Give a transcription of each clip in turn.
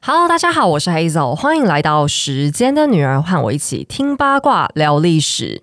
Hello， 大家好，我是 Hazel， 欢迎来到时间的女儿，和我一起听八卦聊历史。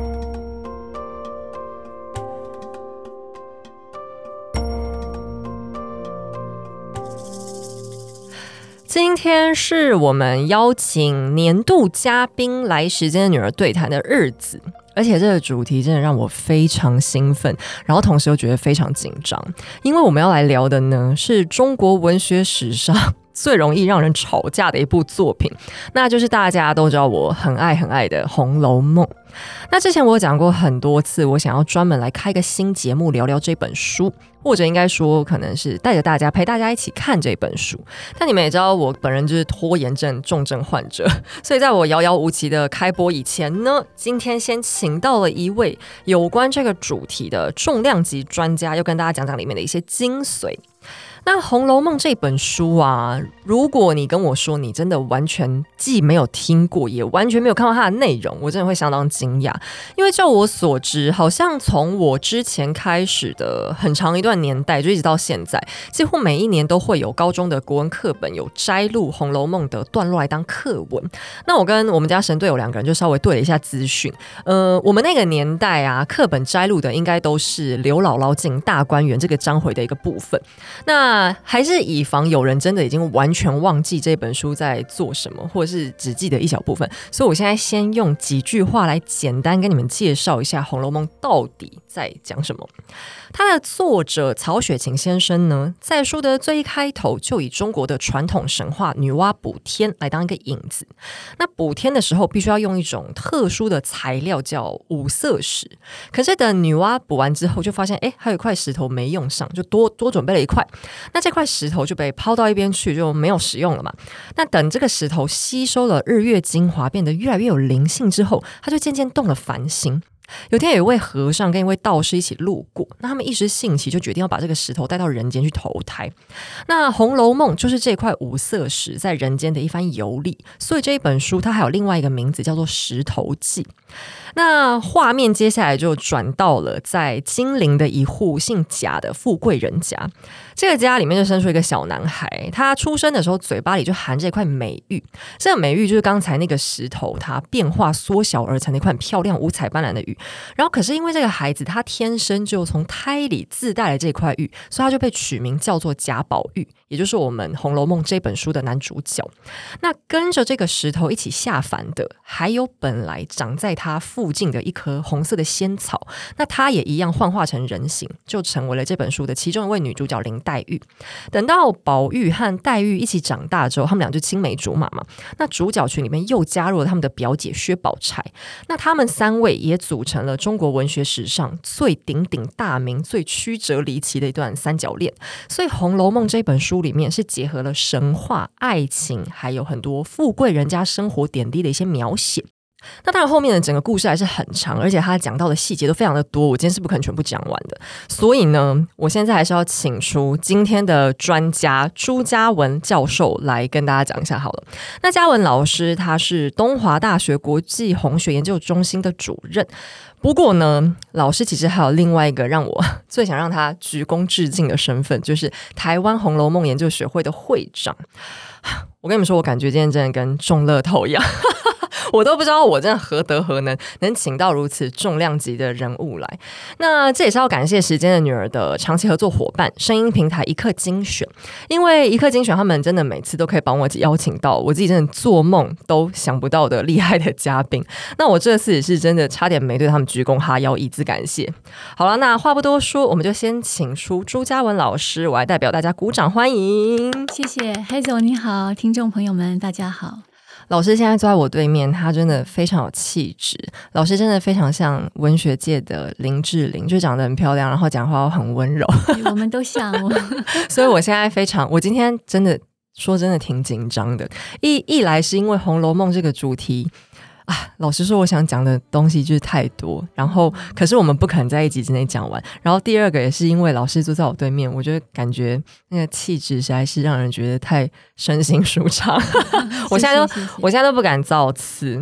今天是我们邀请年度嘉宾来时间的女儿对谈的日子，而且这个主题真的让我非常兴奋，然后同时又觉得非常紧张，因为我们要来聊的呢是中国文学史上最容易让人吵架的一部作品，那就是大家都知道我很爱的《红楼梦》。那之前我有讲过很多次，我想要专门来开个新节目聊聊这本书，或者应该说可能是带着大家陪大家一起看这本书。但你们也知道我本人就是拖延症重症患者，所以在我遥遥无期的开播以前呢，今天先请到了一位有关这个主题的重量级专家，要跟大家讲讲里面的一些精髓。那《红楼梦》这本书啊，如果你跟我说你真的完全既没有听过，也完全没有看到它的内容，我真的会相当惊讶。因为照我所知，好像从我之前开始的很长一段年代，就一直到现在，几乎每一年都会有高中的国文课本有摘录《红楼梦》的段落来当课文。那我跟我们家神队友两个人就稍微对了一下资讯，我们那个年代啊，课本摘录的应该都是刘姥姥进大观园这个章回的一个部分。那还是以防有人真的已经完全忘记这本书在做什么，或者是只记得一小部分，所以我现在先用几句话来简单跟你们介绍一下《红楼梦》到底在讲什么。它的作者曹雪芹先生呢，在书的最一开头就以中国的传统神话女娲补天来当一个引子。那补天的时候必须要用一种特殊的材料叫五色石，可是等女娲补完之后就发现还有一块石头没用上，就多准备了一块，那这块石头就被抛到一边去，就没有使用了嘛。那等这个石头吸收了日月精华，变得越来越有灵性之后，它就渐渐动了凡心。有天有一位和尚跟一位道士一起路过，那他们一时兴起就决定要把这个石头带到人间去投胎。那《红楼梦》就是这块五色石在人间的一番游历，所以这一本书它还有另外一个名字叫做《石头记》。那画面接下来就转到了在金陵的一户姓贾的富贵人家，这个家里面就生出一个小男孩，他出生的时候嘴巴里就含着一块美玉，这个美玉就是刚才那个石头它变化缩小而成的一块漂亮五彩斑斓的玉。然后可是因为这个孩子他天生就从胎里自带了这块玉，所以他就被取名叫做贾宝玉，也就是我们《红楼梦》这本书的男主角。那跟着这个石头一起下凡的还有本来长在他附近的一棵红色的仙草，那他也一样幻化成人形，就成为了这本书的其中一位女主角林黛玉。等到宝玉和黛玉一起长大之后，他们俩就青梅竹马嘛，那主角群里面又加入了他们的表姐薛宝钗，那他们三位也组成了中国文学史上最鼎鼎大名最曲折离奇的一段三角恋。所以《红楼梦》这本书里面是结合了神话、爱情，还有很多富贵人家生活点滴的一些描写。那当然后面的整个故事还是很长，而且他讲到的细节都非常的多，我今天是不可能全部讲完的。所以呢，我现在还是要请出今天的专家朱家文教授来跟大家讲一下好了。那家文老师他是东华大学国际红学研究中心的主任，不过呢，老师其实还有另外一个让我最想让他鞠躬致敬的身份，就是台湾红楼梦研究学会的会长。我跟你们说，我感觉今天真的跟中乐透一样我都不知道我真的何德何能请到如此重量级的人物来。那这也是要感谢时间的女儿的长期合作伙伴声音平台一刻精选，因为一刻精选他们真的每次都可以帮我邀请到我自己真的做梦都想不到的厉害的嘉宾。那我这次也是真的差点没对他们鞠躬哈腰以资感谢。好了，那话不多说，我们就先请出朱家文老师，我来代表大家鼓掌欢迎。 谢谢黑总，你好，听众朋友们大家好。 老师现在坐在我对面，他真的非常有气质。老师真的非常像文学界的林志玲，就长得很漂亮，然后讲话很温柔。 我们都像所以我现在我今天真的说真的挺紧张的。一来是因为《红楼梦》这个主题老实说我想讲的东西就是太多，然后可是我们不可能在一集之内讲完，然后第二个也是因为老师坐在我对面，我就感觉那个气质实在是让人觉得太身心舒畅我现在都不敢造次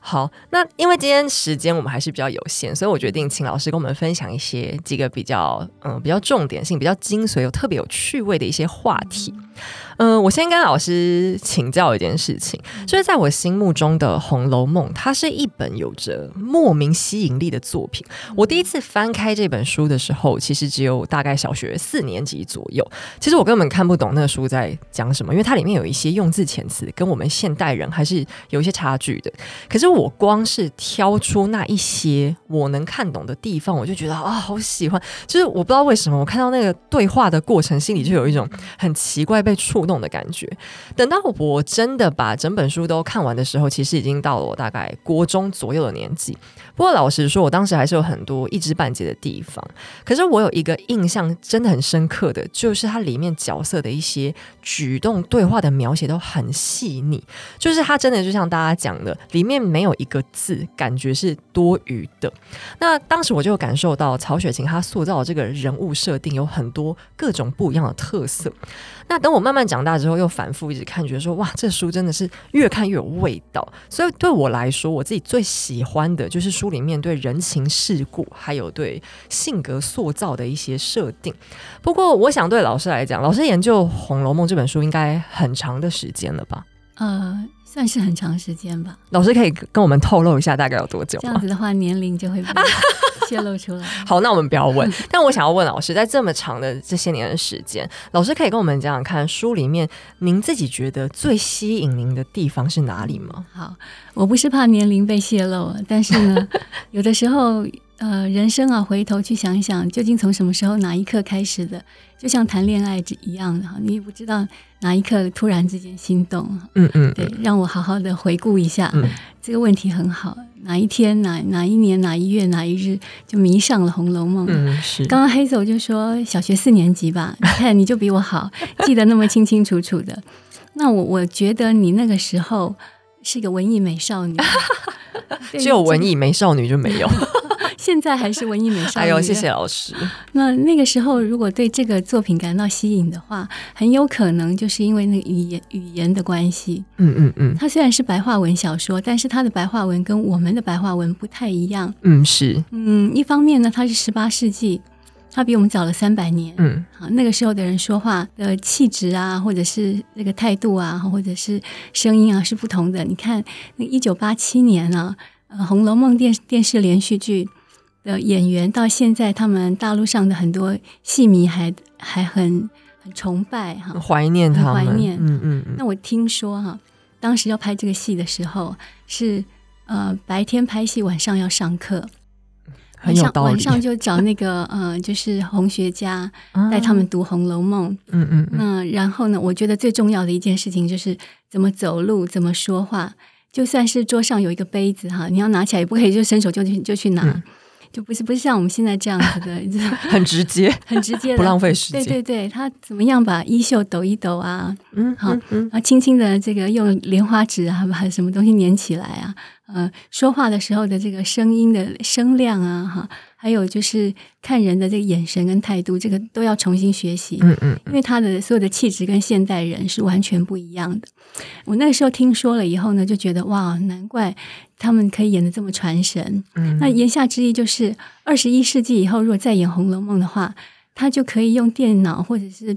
好，那因为今天时间我们还是比较有限，所以我决定请老师跟我们分享几个比较重点性、比较精髓、特别有趣味的一些话题。我先跟老师请教一件事情，就是在我心目中的《红楼梦》，它是一本有着莫名吸引力的作品。我第一次翻开这本书的时候，其实只有大概小学4年级左右。其实我根本看不懂那个书在讲什么，因为它里面有一些用字遣词跟我们现代人还是有一些差距的。可是我光是挑出那一些我能看懂的地方，我就觉得好喜欢。就是我不知道为什么，我看到那个对话的过程，心里就有一种很奇怪被触动的感觉。等到我真的把整本书都看完的时候，其实已经到了我大概国中左右的年纪。不过老实说，我当时还是有很多一知半解的地方。可是我有一个印象真的很深刻的，就是它里面角色的一些举动、对话的描写都很细腻。就是它真的就像大家讲的，里面没有一个字感觉是多余的。那当时我就有感受到曹雪芹他塑造的这个人物设定有很多各种不一样的特色。那等我慢慢长大之后，又反复一直看，觉得说哇，这书真的是越看越有味道。所以对我来说，我自己最喜欢的就是书里面对人情世故还有对性格塑造的一些设定。不过我想对老师来讲，老师研究《红楼梦》这本书应该很长的时间了吧？ 算是很长时间吧。 老师可以跟我们透露一下大概有多久吗？ 这样子的话年龄就会被泄露出来。 好，那我们不要问。但我想要问老师，在这么长的这些年的时间，老师可以跟我们讲讲看，书里面您自己觉得最吸引您的地方是哪里吗？ 好，我不是怕年龄被泄露，但是呢有的时候人生啊，回头去想一想，究竟从什么时候哪一刻开始的，就像谈恋爱一样的，你也不知道哪一刻突然之间心动。对，让我好好的回顾一下。这个问题很好，哪一天哪一年哪一月哪一日就迷上了《红楼梦》。 是。 刚刚黑走就说小学4年级吧，你看你就比我好，记得那么清清楚楚的。那我觉得你那个时候是个文艺美少女。 只有文艺美少女就没有。 现在还是文艺美少女。 哎呦，谢谢老师。 那个时候如果对这个作品感到吸引的话，很有可能就是因为那个语言的关系。它虽然是白话文小说，但是它的白话文跟我们的白话文不太一样。 是。 一方面呢，它是18世纪，它比我们早了300年。那个时候的人说话的气质啊，或者是这个态度啊，或者是声音啊是不同的。你看那1987年啊，《红楼梦》电视连续剧的演员到现在，他们大陆上的很多戏迷还很崇拜哈， 怀念他们。 怀念。那我听说哈，当时要拍这个戏的时候是白天拍戏，晚上要上课。 很有道理。 晚上就找那个就是红学家带他们读《红楼梦》。那然后呢，我觉得最重要的一件事情就是怎么走路，怎么说话。就算是桌上有一个杯子哈，你要拿起来也不可以就伸手就去拿。就不是像我们现在这样子的很直接的，不浪费时间。 对，他怎么样把衣袖抖一抖啊，轻轻的这个用莲花指啊，把什么东西粘起来啊，说话的时候的这个声音的声量啊，还有就是看人的这个眼神跟态度，这个都要重新学习。因为他的所有的气质跟现代人是完全不一样的。我那个时候听说了以后呢，就觉得哇，难怪他们可以演得这么传神。那言下之意就是21世纪以后如果再演《红楼梦》的话，他就可以用电脑或者是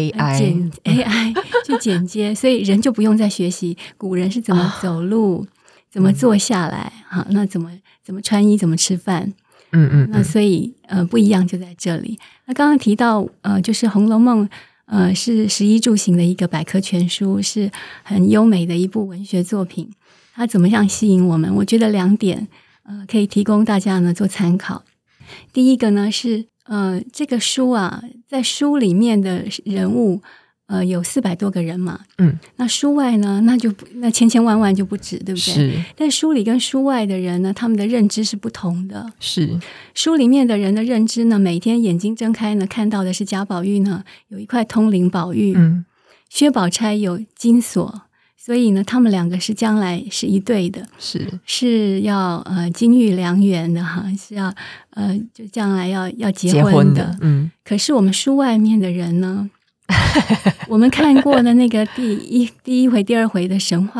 AI 去剪接，所以人就不用再学习古人是怎么走路，怎么坐下来，那怎么穿衣，怎么吃饭。那所以不一样就在这里。那刚刚提到就是《红楼梦》是食衣住行的一个百科全书，是很优美的一部文学作品。它怎么样吸引我们？我觉得2点可以提供大家呢做参考。第一个呢是这个书啊，在书里面的人物有400多个人嘛。那书外呢，那千千万万就不止，对不对？ 是。 但书里跟书外的人呢，他们的认知是不同的。 是。书里面的人的认知呢，每天眼睛睁开呢，看到的是贾宝玉呢有一块通灵宝玉，薛宝钗有金锁，所以呢，他们2个是将来是一对的，是要金玉良缘的哈，是要就将来要结婚的。可是我们书外面的人呢？我们看过的那个第一回、第2回的神话，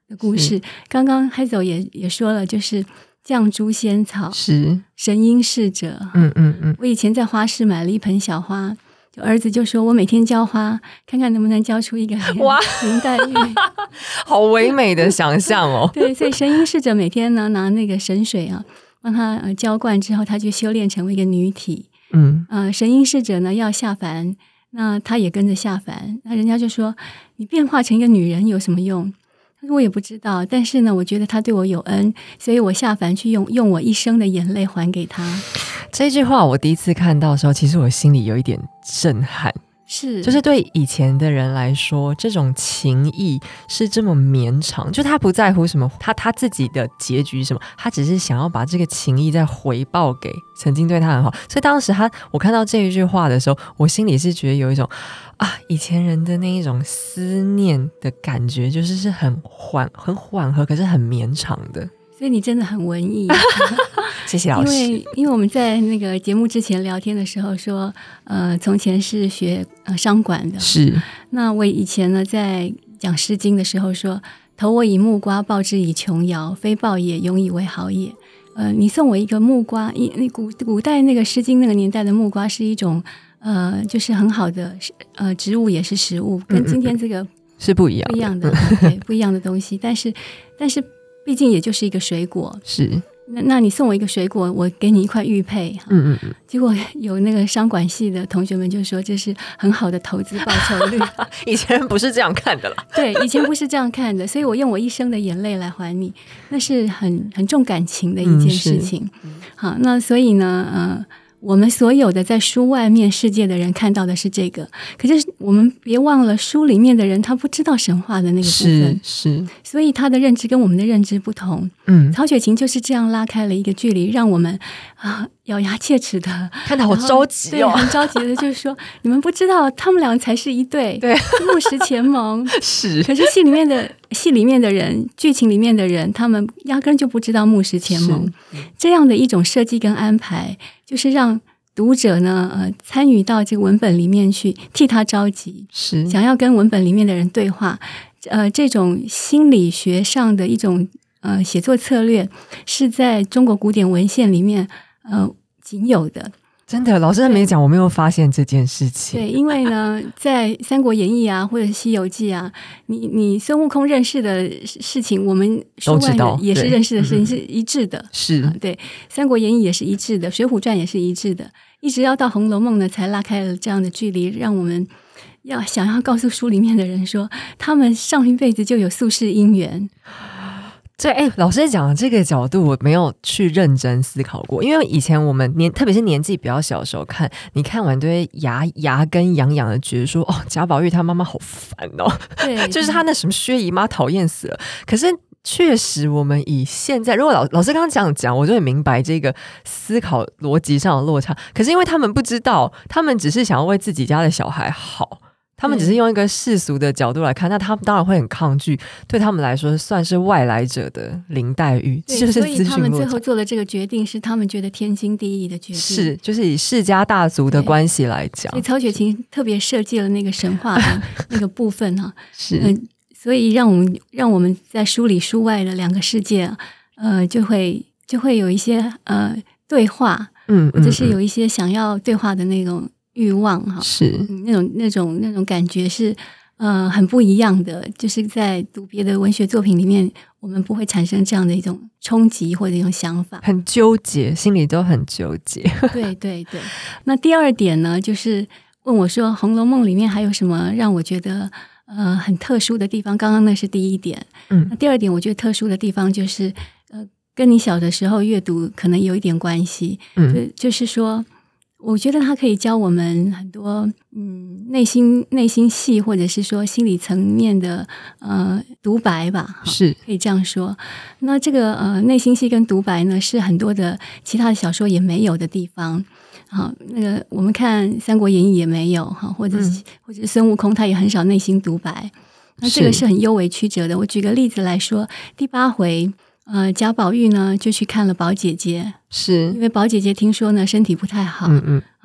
的故事。刚刚海走也说了，就是绛珠仙草是神瑛侍者。我以前在花市买了一盆小花，就儿子就说我每天浇花，看看能不能浇出一个林黛玉。 好唯美的想象哦。 对，所以神瑛侍者每天呢拿那个神水啊，帮他浇灌之后，他就修炼成为一个女体。神瑛侍者呢要下凡，那他也跟着下凡。那人家就说你变化成一个女人有什么用？他说我也不知道，但是呢我觉得他对我有恩，所以我下凡去用我一生的眼泪还给他。 这句话我第一次看到的时候，其实我心里有一点震撼。 是， 就是对以前的人来说，这种情谊是这么绵长，就他不在乎什么他自己的结局什么，他只是想要把这个情谊再回报给曾经对他很好。所以当时我看到这一句话的时候，我心里是觉得有一种以前人的那一种思念的感觉，就是很缓和，可是很绵长的。 所以你真的很文艺。 谢谢老师。 因为我们在那个节目之前聊天的时候说，从前是学商管的， 是。那我以前呢在讲《诗经》的时候说，投我以木瓜，报之以琼瑶，非报也，永以为好也。你送我一个木瓜，古代那个《诗经》那个年代的木瓜是一种就是很好的植物，也是食物，跟今天这个是不一样的， 对，不一样的东西。但是毕竟也就是一个水果， 是。 那你送我一个水果，我给你一块玉佩。结果有那个商管系的同学们就说这是很好的投资报酬率。 以前不是这样看的啦。 对，以前不是这样看的，所以我用我一生的眼泪来还你，那是很重感情的一件事情。好，那所以呢我们所有的在书外面世界的人看到的是这个，可是我们别忘了书里面的人他不知道神话的那个部分， 是， 所以他的认知跟我们的认知不同。曹雪芹就是这样拉开了一个距离，让我们咬牙切齿的看得好着急对，很着急的就是说你们不知道他们俩才是一对， 对， 木石前盟。 是， 可是戏里面的人，剧情里面的人，他们压根就不知道木石前盟。这样的一种设计跟安排，就是让读者呢参与到这个文本里面去，替他着急， 是想要跟文本里面的人对话。这种心理学上的一种写作策略，是在中国古典文献里面仅有的。 真的，老师还没讲，我没有发现这件事情。 对，因为呢，在《三国演义》啊，或者《西游记》啊，你孙悟空认识的事情，我们书外的也是认识的事情，是一致的。 是对，《三国演义》也是一致的，《水浒传》也是一致的，一直要到《红楼梦》呢，才拉开了这样的距离，让我们想要告诉书里面的人说，他们上一辈子就有宿世姻缘。 对，老师讲的这个角度我没有去认真思考过，因为以前我们特别是年纪比较小的时候看，你看完都会牙根痒痒的，觉得说贾宝玉他妈妈好烦哦， 对， 就是他那什么薛姨妈讨厌死了。可是确实我们以现在，如果老师刚刚讲，我就很明白这个思考逻辑上的落差。可是因为他们不知道，他们只是想要为自己家的小孩好，他们只是用一个世俗的角度来看，那他们当然会很抗拒，对他们来说算是外来者的林黛玉，就是所以他们最后做的这个决定是他们觉得天经地义的决定， 是就是以世家大族的关系来讲， 所以曹雪芹特别设计了那个神话的那个部分是所以让我们在书里书外的两个世界就会有一些对话，或者是有一些想要对话的那种欲望是那种感觉是很不一样的，就是在读别的文学作品里面，我们不会产生这样的一种冲击或者一种想法， 很纠结，心里都很纠结。 对对对。那第二点呢，就是问我说《红楼梦》里面还有什么让我觉得很特殊的地方？刚刚那是第一点，那第二点我觉得特殊的地方就是跟你小的时候阅读可能有一点关系，就是说我觉得它可以教我们很多内心戏，或者是说心理层面的独白吧， 是可以这样说。那这个内心戏跟独白呢，是很多的其他的小说也没有的地方。好，那个我们看《三国演义》也没有哈，或者是孙悟空他也很少内心独白。那这个是很幽微曲折的。我举个例子来说，第8回。贾宝玉呢就去看了宝姐姐， 是因为宝姐姐听说呢身体不太好，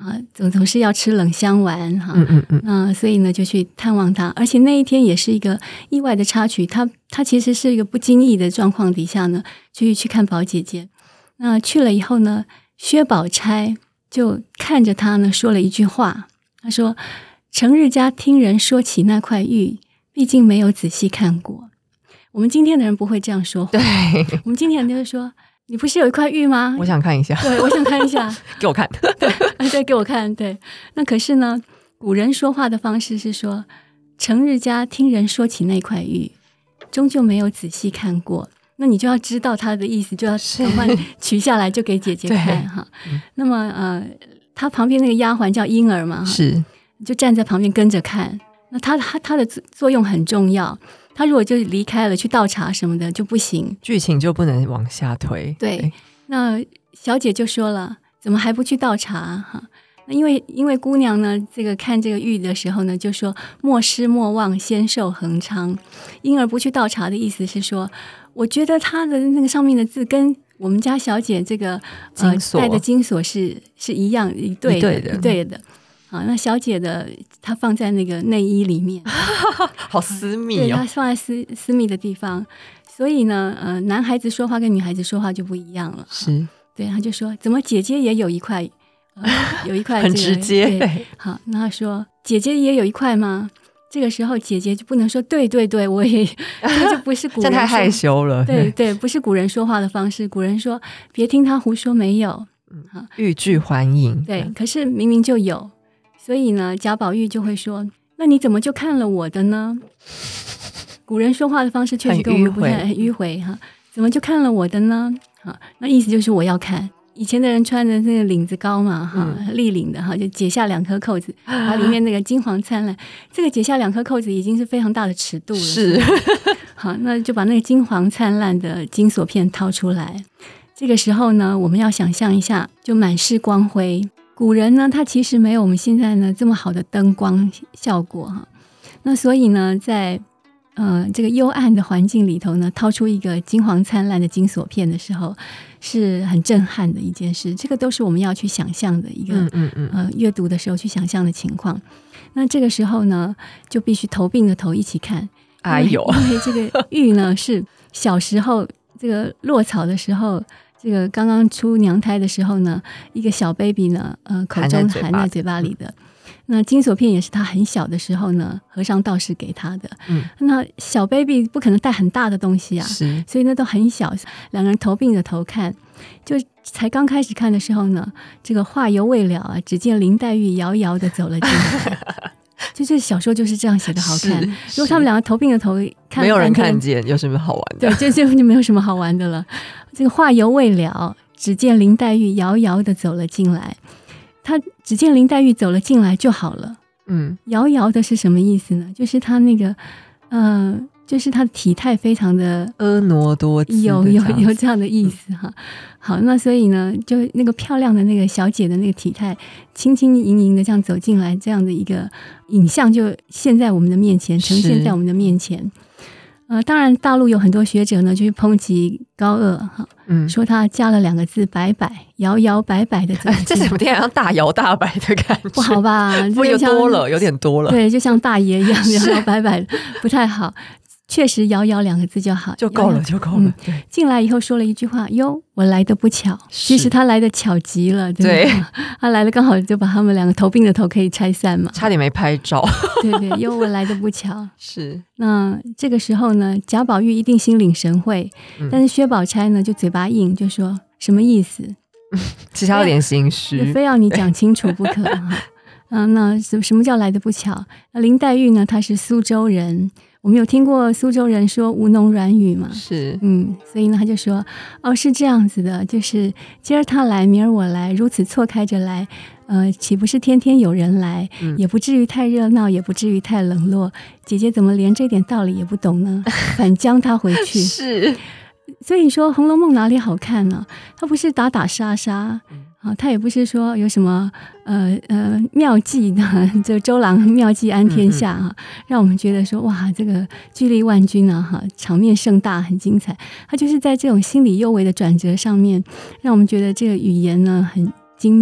啊，总是要吃冷香丸哈，所以呢就去探望他，而且那一天也是一个意外的插曲，他其实是一个不经意的状况底下呢，去看宝姐姐。那去了以后呢，薛宝钗就看着他呢说了一句话，他说：“成日家听人说起那块玉，毕竟没有仔细看过。”我们今天的人不会这样说话， 对， 我们今天人就会说。你不是有一块玉吗？ 我想看一下。 对，我想看一下。 给我看。 对，给我看。对，那可是呢，古人说话的方式是说，成日家听人说起那块玉，终究没有仔细看过。那你就要知道他的意思，就要赶快取下来就给姐姐看哈。那么他旁边那个丫鬟叫莺儿嘛， 是就站在旁边跟着看。那他的作用很重要。他如果就离开了去倒茶什么的就不行， 剧情就不能往下推。 对，那小姐就说了，怎么还不去倒茶哈？那因为姑娘呢，这个看这个玉的时候呢，就说莫失莫忘，仙寿恒昌。因而不去倒茶的意思是说，我觉得她的那个上面的字跟我们家小姐这个戴的金锁是一样一对的。好，那小姐的她放在那个内衣里面， 好私密对，她放在私密的地方，所以呢，男孩子说话跟女孩子说话就不一样了。 是， 对，他就说怎么姐姐也有一块，有一块、 很直接。 对，好，那他说姐姐也有一块吗？这个时候姐姐就不能说对，我也，这就不是古人， 这太害羞了。 对，不是古人说话的方式。古人说别听他胡说，没有， 欲拒还迎。 对，可是明明就有。所以呢，贾宝玉就会说：“那你怎么就看了我的呢？”古人说话的方式确实跟我们不太很迂回哈，怎么就看了我的呢？哈，那意思就是我要看。以前的人穿的那个领子高嘛，哈，立领的哈，就解下2颗扣子，把里面那个金黄灿烂。这个解下2颗扣子已经是非常大的尺度了， 是。 好，那就把那个金黄灿烂的金锁片掏出来。这个时候呢，我们要想象一下，就满是光辉。古人呢，他其实没有我们现在呢这么好的灯光效果哈，那所以呢，在这个幽暗的环境里头呢，掏出一个金黄灿烂的金锁片的时候，是很震撼的一件事。这个都是我们要去想象的一个阅读的时候去想象的情况。那这个时候呢，就必须头并着头一起看。 哎呦， 因为这个玉呢是小时候这个落草的时候。这个刚刚出娘胎的时候呢，一个小 baby 呢，口中含在嘴巴里的。那金锁片也是他很小的时候呢，和尚道士给他的。那小 baby 不可能带很大的东西啊，所以呢都很小。两个人头并着头看，就才刚开始看的时候呢，这个话犹未了啊，只见林黛玉遥遥的走了进来。就这小说就是这样写的好看。如果他们两个头并着头看， 没有人看见，有什么好玩的？ 对，就没有什么好玩的了。这个话犹未了，只见林黛玉遥遥的走了进来。他只见林黛玉走了进来就好了。遥遥的是什么意思呢？就是他那个就是他的体态非常的婀娜多姿， 有这样的意思哈。好，那所以呢，就那个漂亮的那个小姐的那个体态，轻轻盈盈的这样走进来，这样的一个影像就现在我们的面前，呈现在我们的面前。当然大陆有很多学者呢就去抨击高鹗哈，说他加了2个字摆摆，摇摇摆摆的走进来。 这怎么听起来像大摇大摆的感觉？ 不好吧？ 有点多了。 对，就像大爷一样摇摇摆摆，不太好。确实摇摇2个字就好， 就够了。 进来以后说了一句话：哟，我来的不巧。其实他来的巧极了，对，他来了刚好就把他们2个头并着头可以拆散嘛， 差点没拍照。 对，哟，我来的不巧。 是。 那这个时候呢，贾宝玉一定心领神会，但是薛宝钗呢就嘴巴硬，就说什么意思？ 其实他有点心虚， 非要你讲清楚不可哈。那什么叫来的不巧？那林黛玉呢，她是苏州人。我们有听过苏州人说吴侬软语嘛？ 是， 所以呢，他就说，是这样子的，就是今儿他来，明儿我来，如此错开着来，岂不是天天有人来？也不至于太热闹，也不至于太冷落。姐姐怎么连这点道理也不懂呢？反将他回去。 是， 所以说《红楼梦》哪里好看呢？它不是打打杀杀。他也不是说有什么妙计的，这周郎妙计安天下让我们觉得说哇，这个巨力万钧啊场面盛大，很精彩。他就是在这种心理幽微的转折上面，让我们觉得这个语言呢很精妙。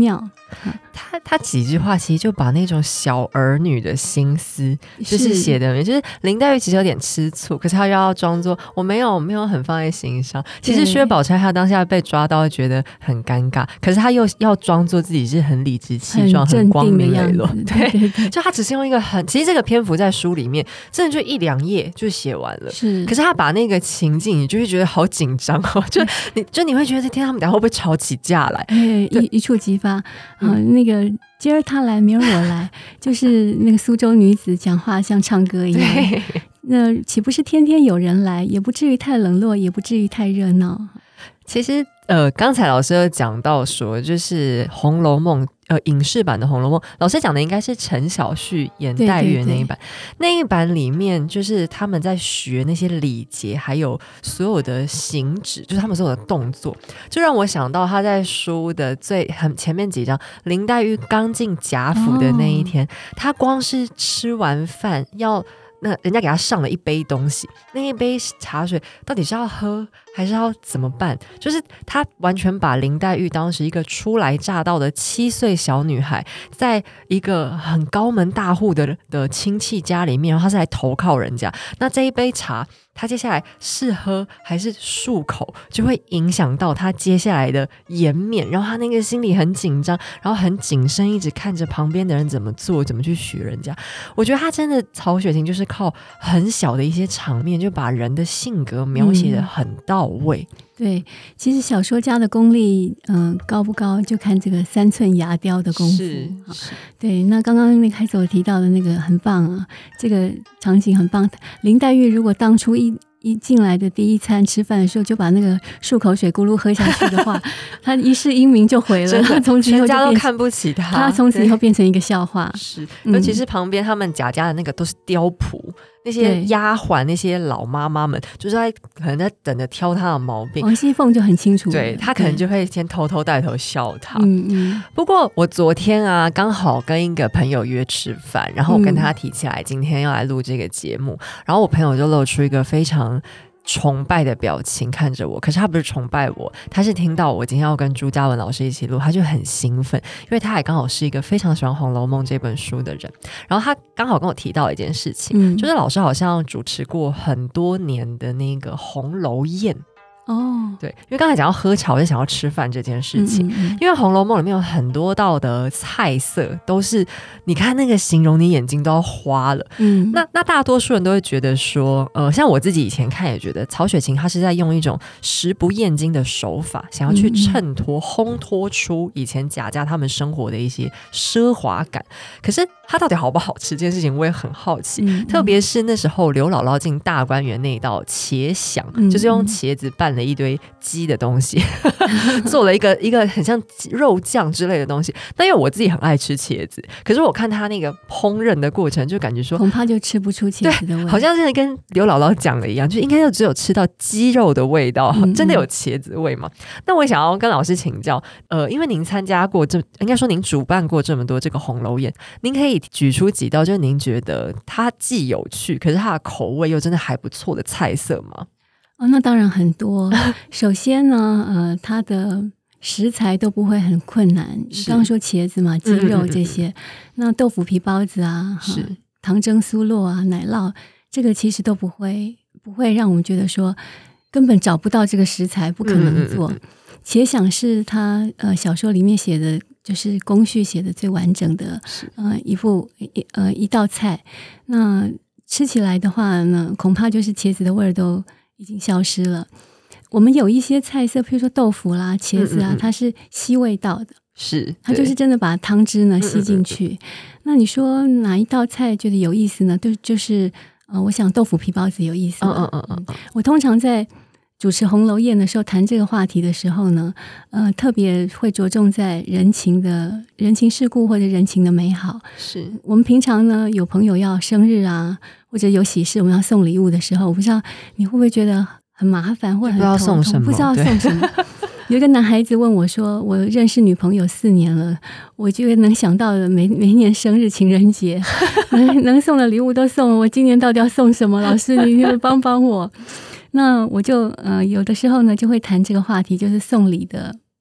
他几句话其实就把那种小儿女的心思就是写的，就是林黛玉其实有点吃醋，可是他又要装作我没有很放在心上。其实薛宝钗他当下被抓到觉得很尴尬，可是他又要装作自己是很理直气壮、很光明磊落。对，就他只是用一个其实这个篇幅在书里面真的就1、2页就写完了。是，可是他把那个情境，你就会觉得好紧张哦，就你会觉得天他们俩会不会吵起架来？ 一触即发。那个今儿他来明儿我来，就是那个苏州女子讲话像唱歌一样。那岂不是天天有人来，也不至于太冷落，也不至于太热闹。 其实刚才老师有讲到说，就是《红楼梦》影视版的《红楼梦》，老师讲的应该是陈小旭演黛玉的那一版。那一版里面，就是他们在学那些礼节，还有所有的行止，就是他们所有的动作，就让我想到他在书的很前面几章，林黛玉刚进贾府的那一天，他光是吃完饭那人家给他上了一杯东西，那一杯茶水到底是要喝还是要怎么办？就是他完全把林黛玉当时一个初来乍到的7岁小女孩，在一个很高门大户的亲戚家里面，然后他是来投靠人家。那这一杯茶，他接下来是喝还是漱口，就会影响到他接下来的颜面。然后他那个心里很紧张，然后很谨慎，一直看着旁边的人怎么做，怎么去学人家。我觉得他真的曹雪芹就是靠很小的一些场面，就把人的性格描写得很到位。 对，其实小说家的功力，高不高，就看这个3寸牙雕的功夫。是对，那刚刚开始我提到的那个很棒啊，这个场景很棒。林黛玉如果当初一进来的第一餐吃饭的时候就把那个漱口水咕噜喝下去的话，他一世英名就毁了，他从此以后全家都看不起他从此以后变成一个笑话。 是，尤其是旁边他们贾家的那个都是雕仆，那些丫鬟，那些老妈妈们，就是可能在等着挑他的毛病。 王熙凤就很清楚， 对，他可能就会先偷偷带头笑他。不过我昨天啊，刚好跟一个朋友约吃饭，然后我跟他提起来今天要来录这个节目，然后我朋友就露出一个非常崇拜的表情看着我，可是他不是崇拜我，他是听到我今天要跟朱嘉文老师一起录，他就很兴奋，因为他也刚好是一个非常喜欢《红楼梦》这本书的人。然后他刚好跟我提到一件事情，就是老师好像主持过很多年的那个红楼宴。对，因为刚才讲到喝茶，我就想要吃饭这件事情。因为《红楼梦》里面有很多道的菜色，都是你看那个形容，你眼睛都要花了。那大多数人都会觉得说，像我自己以前看也觉得，曹雪芹他是在用一种食不厌精的手法，想要去衬托、烘托出以前贾家他们生活的一些奢华感。可是它到底好不好吃这件事情，我也很好奇。特别是那时候刘姥姥进大观园那一道茄鲞，就是用茄子拌了一堆鸡的东西做了一个很像肉酱之类的东西。但因为我自己很爱吃茄子，可是我看他那个烹饪的过程，就感觉说恐怕就吃不出茄子的味道， 好像是跟刘姥姥讲的一样，就应该就只有吃到鸡肉的味道，真的有茄子味吗？那我想要跟老师请教，因为您参加过应该说您主办过这么多这个红楼宴，您可以举出几道就是您觉得它既有趣，可是它的口味又真的还不错的菜色吗？ 那当然很多。首先呢，它的食材都不会很困难。刚刚说茄子嘛，鸡肉这些，那豆腐皮包子啊，糖蒸酥酪啊，奶酪，这个其实都不会让我们觉得说根本找不到这个食材，不可能做。且想是他小说里面写的，就是工序写的最完整的一道菜。那吃起来的话呢，恐怕就是茄子的味儿都已经消失了。我们有一些菜色，譬如说豆腐啦、茄子啊，它是吸味道的，是它就是真的把汤汁呢吸进去。那你说哪一道菜觉得有意思呢？就是我想豆腐皮包子有意思。我通常在主持红楼宴的时候谈这个话题的时候呢，特别会着重在人情世故或者人情的美好。是我们平常呢有朋友要生日啊，或者有喜事我们要送礼物的时候，我不知道你会不会觉得很麻烦或者很头痛，不知道送什么。有一个男孩子问我说，我认识女朋友4年了，我觉得能想到的每年生日情人节能送的礼物都送了，我今年到底要送什么？老师你帮帮我。那我就有的时候呢就会谈这个话题，就是送礼的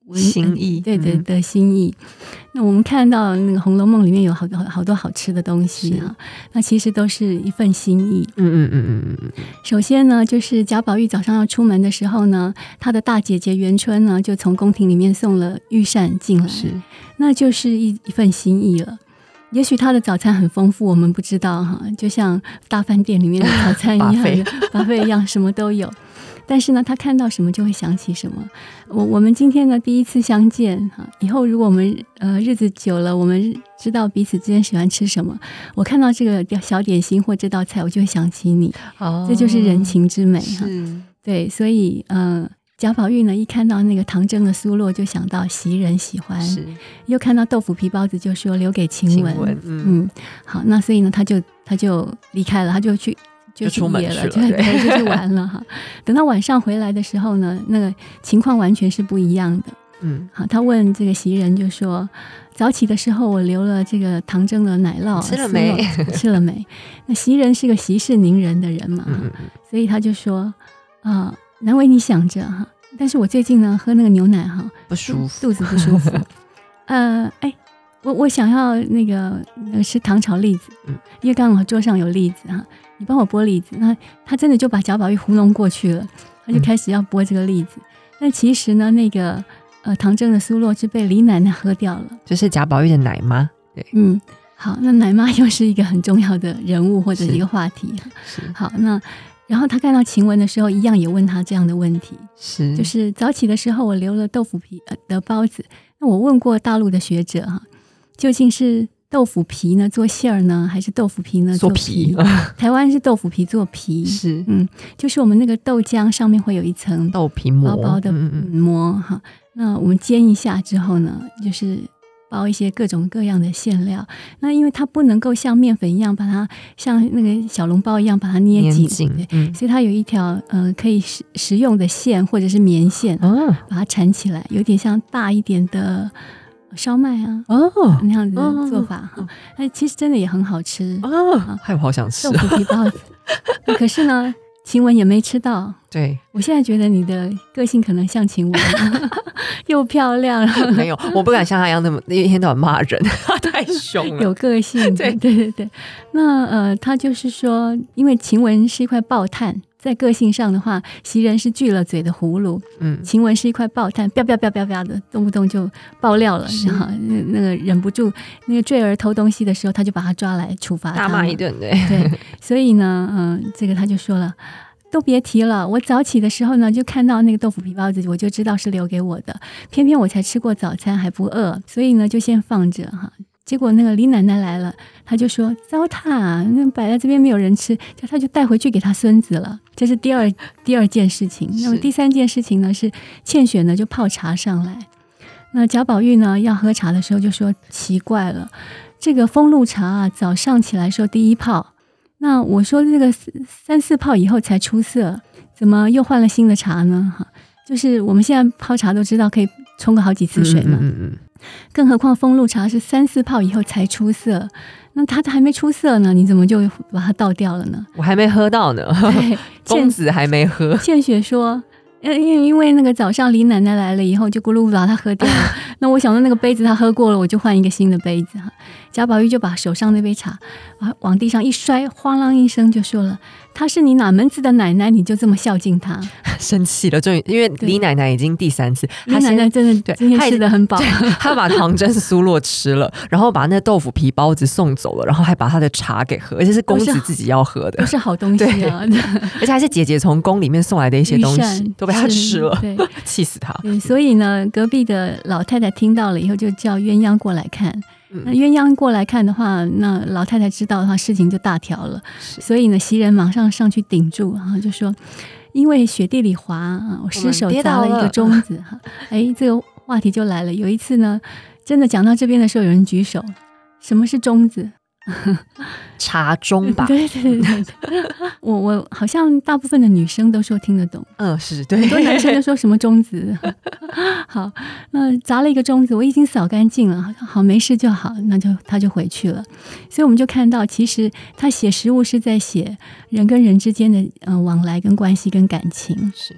心意， 对的心意。那我们看到那个《红楼梦》里面有好多好吃的东西啊，那其实都是一份心意。首先呢，就是贾宝玉早上要出门的时候呢，他的大姐姐元春呢，就从宫廷里面送了御膳进来，那就是一份心意了。也许他的早餐很丰富，我们不知道哈，就像大饭店里面的早餐一样，buffet一样，什么都有。但是呢，他看到什么就会想起什么。我们今天呢第一次相见哈，以后如果我们日子久了，我们知道彼此之间喜欢吃什么，我看到这个小点心或这道菜，我就会想起你。这就是人情之美哈。对，所以贾宝玉呢一看到那个唐蒸的酥酪，就想到袭人喜欢，又看到豆腐皮包子，就说留给晴雯。好，那所以呢他就离开了，他就去出门去了， 就去玩了哈。等到晚上回来的时候呢，那个情况完全是不一样的。好，他问这个袭人就说：“早起的时候我留了这个唐蒸的奶酪， 吃了没？ 吃了没？”那袭人是个息事宁人的人嘛，所以他就说：“难为你想着哈，但是我最近呢喝那个牛奶哈不舒服， 肚子不舒服。我想要那个吃糖炒栗子，因为刚好桌上有栗子哈。”你帮我剥栗子，那他真的就把贾宝玉糊弄过去了，他就开始要剥这个栗子。但其实呢，那个唐蒸的酥酪是被李奶奶喝掉了， 就是贾宝玉的奶妈。对， 好，那奶妈又是一个很重要的人物或者一个话题。好，那然后他看到晴雯的时候，一样也问他这样的问题，就是早起的时候我留了豆腐皮的包子。那我问过大陆的学者哈，究竟是豆腐皮呢做馅儿呢，还是豆腐皮呢做皮？台湾是豆腐皮做皮，就是我们那个豆浆上面会有一层豆皮膜， 薄薄的膜哈。那我们煎一下之后呢，就是包一些各种各样的馅料。那因为它不能够像面粉一样把它像那个小笼包一样把它捏紧，所以它有一条可以食用的线或者是棉线，把它缠起来，有点像大一点的烧麦啊，那样子的做法哈，其实真的也很好吃害我好想吃豆腐皮包子。可是呢，晴雯也没吃到。 对， 我现在觉得你的个性可能像晴雯，又漂亮。 没有，我不敢像她一样那么一天到晚骂人，她太凶了。 有个性，对。那他就是说，因为晴雯是一块爆炭。在个性上的话，袭人是锯了嘴的葫芦，晴雯是一块爆炭，啪啪啪啪啪的，动不动就爆料了，然后那个忍不住，那个坠儿偷东西的时候，他就把他抓来处罚他， 大骂一顿，对。 所以呢，这个他就说了，都别提了，我早起的时候呢，就看到那个豆腐皮包子，我就知道是留给我的，偏偏我才吃过早餐还不饿，所以呢，就先放着哈。结果那个李奶奶来了，她就说糟蹋，那摆在这边没有人吃，她就带回去给她孙子了。这是第二件事情。那么第三件事情呢，是倩雪呢就泡茶上来。那贾宝玉呢要喝茶的时候就说奇怪了，这个风露茶啊，早上起来说第一泡，那我说这个3、4泡以后才出色，怎么又换了新的茶呢？就是我们现在泡茶都知道可以冲个好几次水嘛。更何况风露茶是3、4泡以后才出色，那它还没出色呢，你怎么就把它倒掉了呢？ 我还没喝到呢，公子还没喝。 倩雪说因为那个早上李奶奶来了以后就咕噜把它喝掉了那我想说那个杯子他喝过了，我就换一个新的杯子。贾宝玉就把手上那杯茶往地上一摔，哗啷一声就说了，她是你哪门子的奶奶，你就这么孝敬她？ 生气了，终于，因为李奶奶已经第3次， 李奶奶真的今天吃得很饱， 她把唐蒸酥酪吃了，然后把那豆腐皮包子送走了，然后还把她的茶给喝，而且是公子自己要喝的， 都是好东西啊， 而且还是姐姐从宫里面送来的一些东西都被她吃了，气死她。 所以呢，隔壁的老太太听到了以后就叫鸳鸯过来看。那鸳鸯过来看的话，那老太太知道的话，事情就大条了。所以呢，袭人马上上去顶住，然后就说：“因为雪地里滑我失手砸了一个盅子。”这个话题就来了。有一次呢，真的讲到这边的时候，有人举手：“什么是盅子？” 茶盅吧。 对，我好像大部分的女生都说听得懂。 是对， 很多男生就说什么盅子。好，那砸了一个盅子，我已经扫干净了，好没事就好，那就他就回去了。所以我们就看到，其实他写食物是在写人跟人之间的往来跟关系跟感情。 是。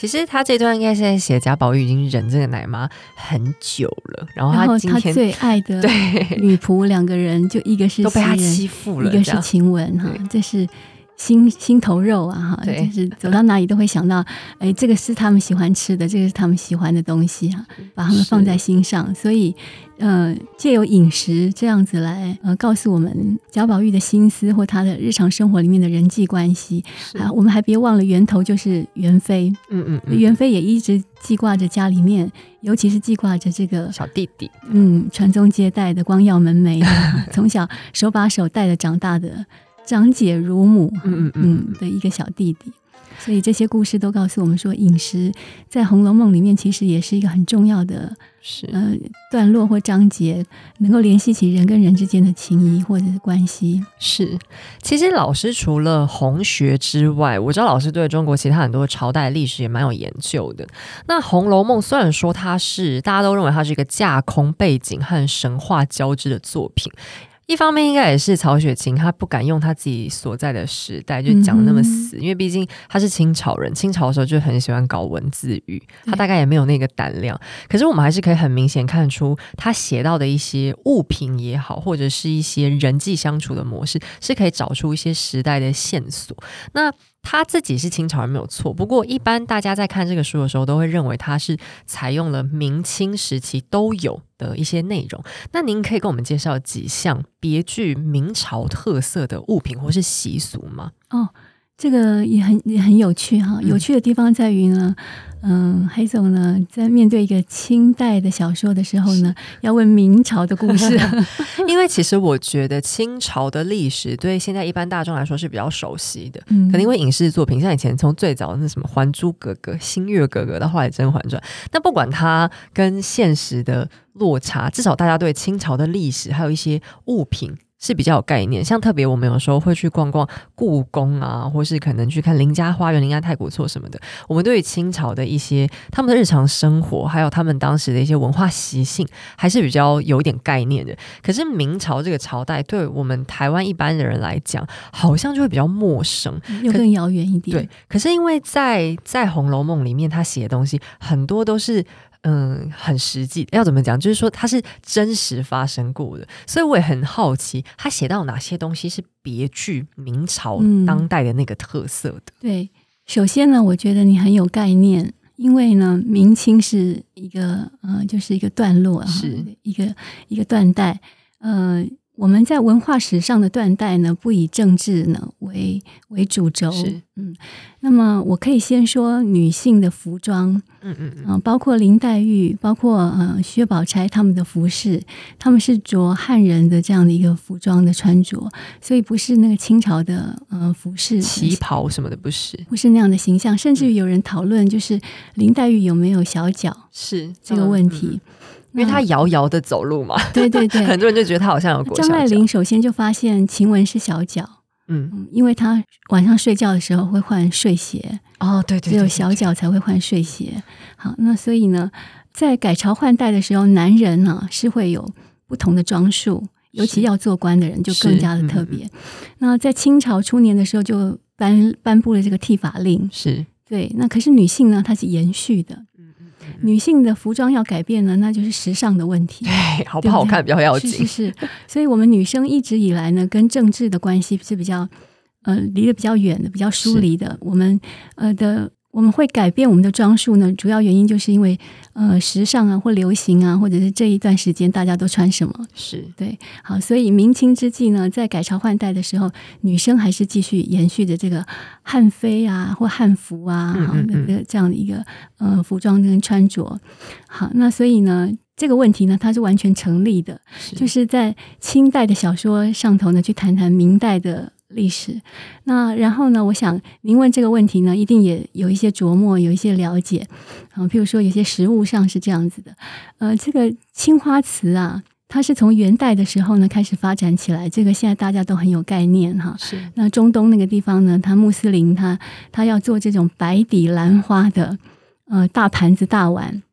其实他这段应该是在写贾宝玉已经忍这个奶妈很久了，然后他今天最爱的女仆两个人，就一个是都被他欺负了， 一个是晴雯哈，这是心头肉啊哈，就是走到哪里都会想到，哎，这个是他们喜欢吃的，这个是他们喜欢的东西哈，把他们放在心上，所以借由饮食这样子来告诉我们贾宝玉的心思或他的日常生活里面的人际关系啊，我们还别忘了源头就是元妃，元妃也一直记挂着家里面，尤其是记挂着这个小弟弟， 传宗接代的光耀门楣从小手把手带着长大的长姐如母的一个小弟弟，所以这些故事都告诉我们说，饮食在《红楼梦》里面其实也是一个很重要的段落或章节，能够联系起人跟人之间的情谊或者是关系。是， 其实老师除了红学之外，我知道老师对中国其他很多朝代历史也蛮有研究的。那《红楼梦》虽然说大家都认为它是一个架空背景和神话交织的作品，一方面应该也是曹雪芹他不敢用他自己所在的时代就讲那么死，因为毕竟他是清朝人，清朝的时候就很喜欢搞文字狱，他大概也没有那个胆量。可是我们还是可以很明显看出他写到的一些物品也好，或者是一些人际相处的模式，是可以找出一些时代的线索。那他自己是清朝人没有错，不过一般大家在看这个书的时候都会认为他是采用了明清时期都有的一些内容。那您可以跟我们介绍几项别具明朝特色的物品或是习俗吗？ 这个也很有趣哈。有趣的地方在于呢，黑总呢在面对一个清代的小说的时候呢，要问明朝的故事， 因为其实我觉得清朝的历史对现在一般大众来说是比较熟悉的，可能因为影视作品，像以前从最早的那什么《还珠格格》《新月格格》到后来《甄嬛传》，那不管它跟现实的落差，至少大家对清朝的历史还有一些物品是比较有概念。像特别我们有时候会去逛逛故宫啊，或是可能去看林家花园、林家太古厝什么的，我们对于清朝的一些他们的日常生活还有他们当时的一些文化习性还是比较有一点概念的。可是明朝这个朝代对我们台湾一般的人来讲好像就会比较陌生， 又更遥远一点。 对，可是因为在《红楼梦》里面他写的东西很多都是很实际，要怎么讲？就是说它是真实发生过的，所以我也很好奇，他写到哪些东西是别具明朝当代的那个特色的？ 对，首先呢，我觉得你很有概念，因为呢，明清是一个就是一个段落，是一个断代，我们在文化史上的断代呢，不以政治呢为主轴。那么我可以先说女性的服装，包括林黛玉，包括薛宝钗他们的服饰，他们是着汉人的这样的一个服装的穿着，所以不是那个清朝的服饰旗袍什么的，不是那样的形象。甚至于有人讨论，就是林黛玉有没有小脚， 是这个问题。 因为他摇摇的走路嘛， 对对对， 很多人就觉得他好像有裹小脚。 张爱玲首先就发现晴雯是小脚，因为她晚上睡觉的时候会换睡鞋， 对， 只有小脚才会换睡鞋。好，那所以呢，在改朝换代的时候，男人呢是会有不同的装束，尤其要做官的人就更加的特别。那在清朝初年的时候就颁布了这个剃发令， 是对。 那可是女性呢，她是延续的。女性的服装要改变呢，那就是时尚的问题， 对，好不好看比较要紧。 是，所以我们女生一直以来呢，跟政治的关系是比较离得比较远的，比较疏离的。我们会改变我们的装束呢，主要原因就是因为时尚啊或流行啊，或者是这一段时间大家都穿什么，是对。好，所以明清之际呢，在改朝换代的时候，女生还是继续延续着这个汉妃啊或汉服啊这样的一个服装跟穿着。好，那所以呢，这个问题呢，它是完全成立的，就是在清代的小说上头呢，去谈谈明代的历史。那然后呢，我想您问这个问题呢，一定也有一些琢磨，有一些了解。譬如说有些实物上是这样子的，这个青花瓷啊，它是从元代的时候呢开始发展起来，这个现在大家都很有概念哈。是。那中东那个地方呢，它穆斯林他要做这种白底兰花的大盘子大碗。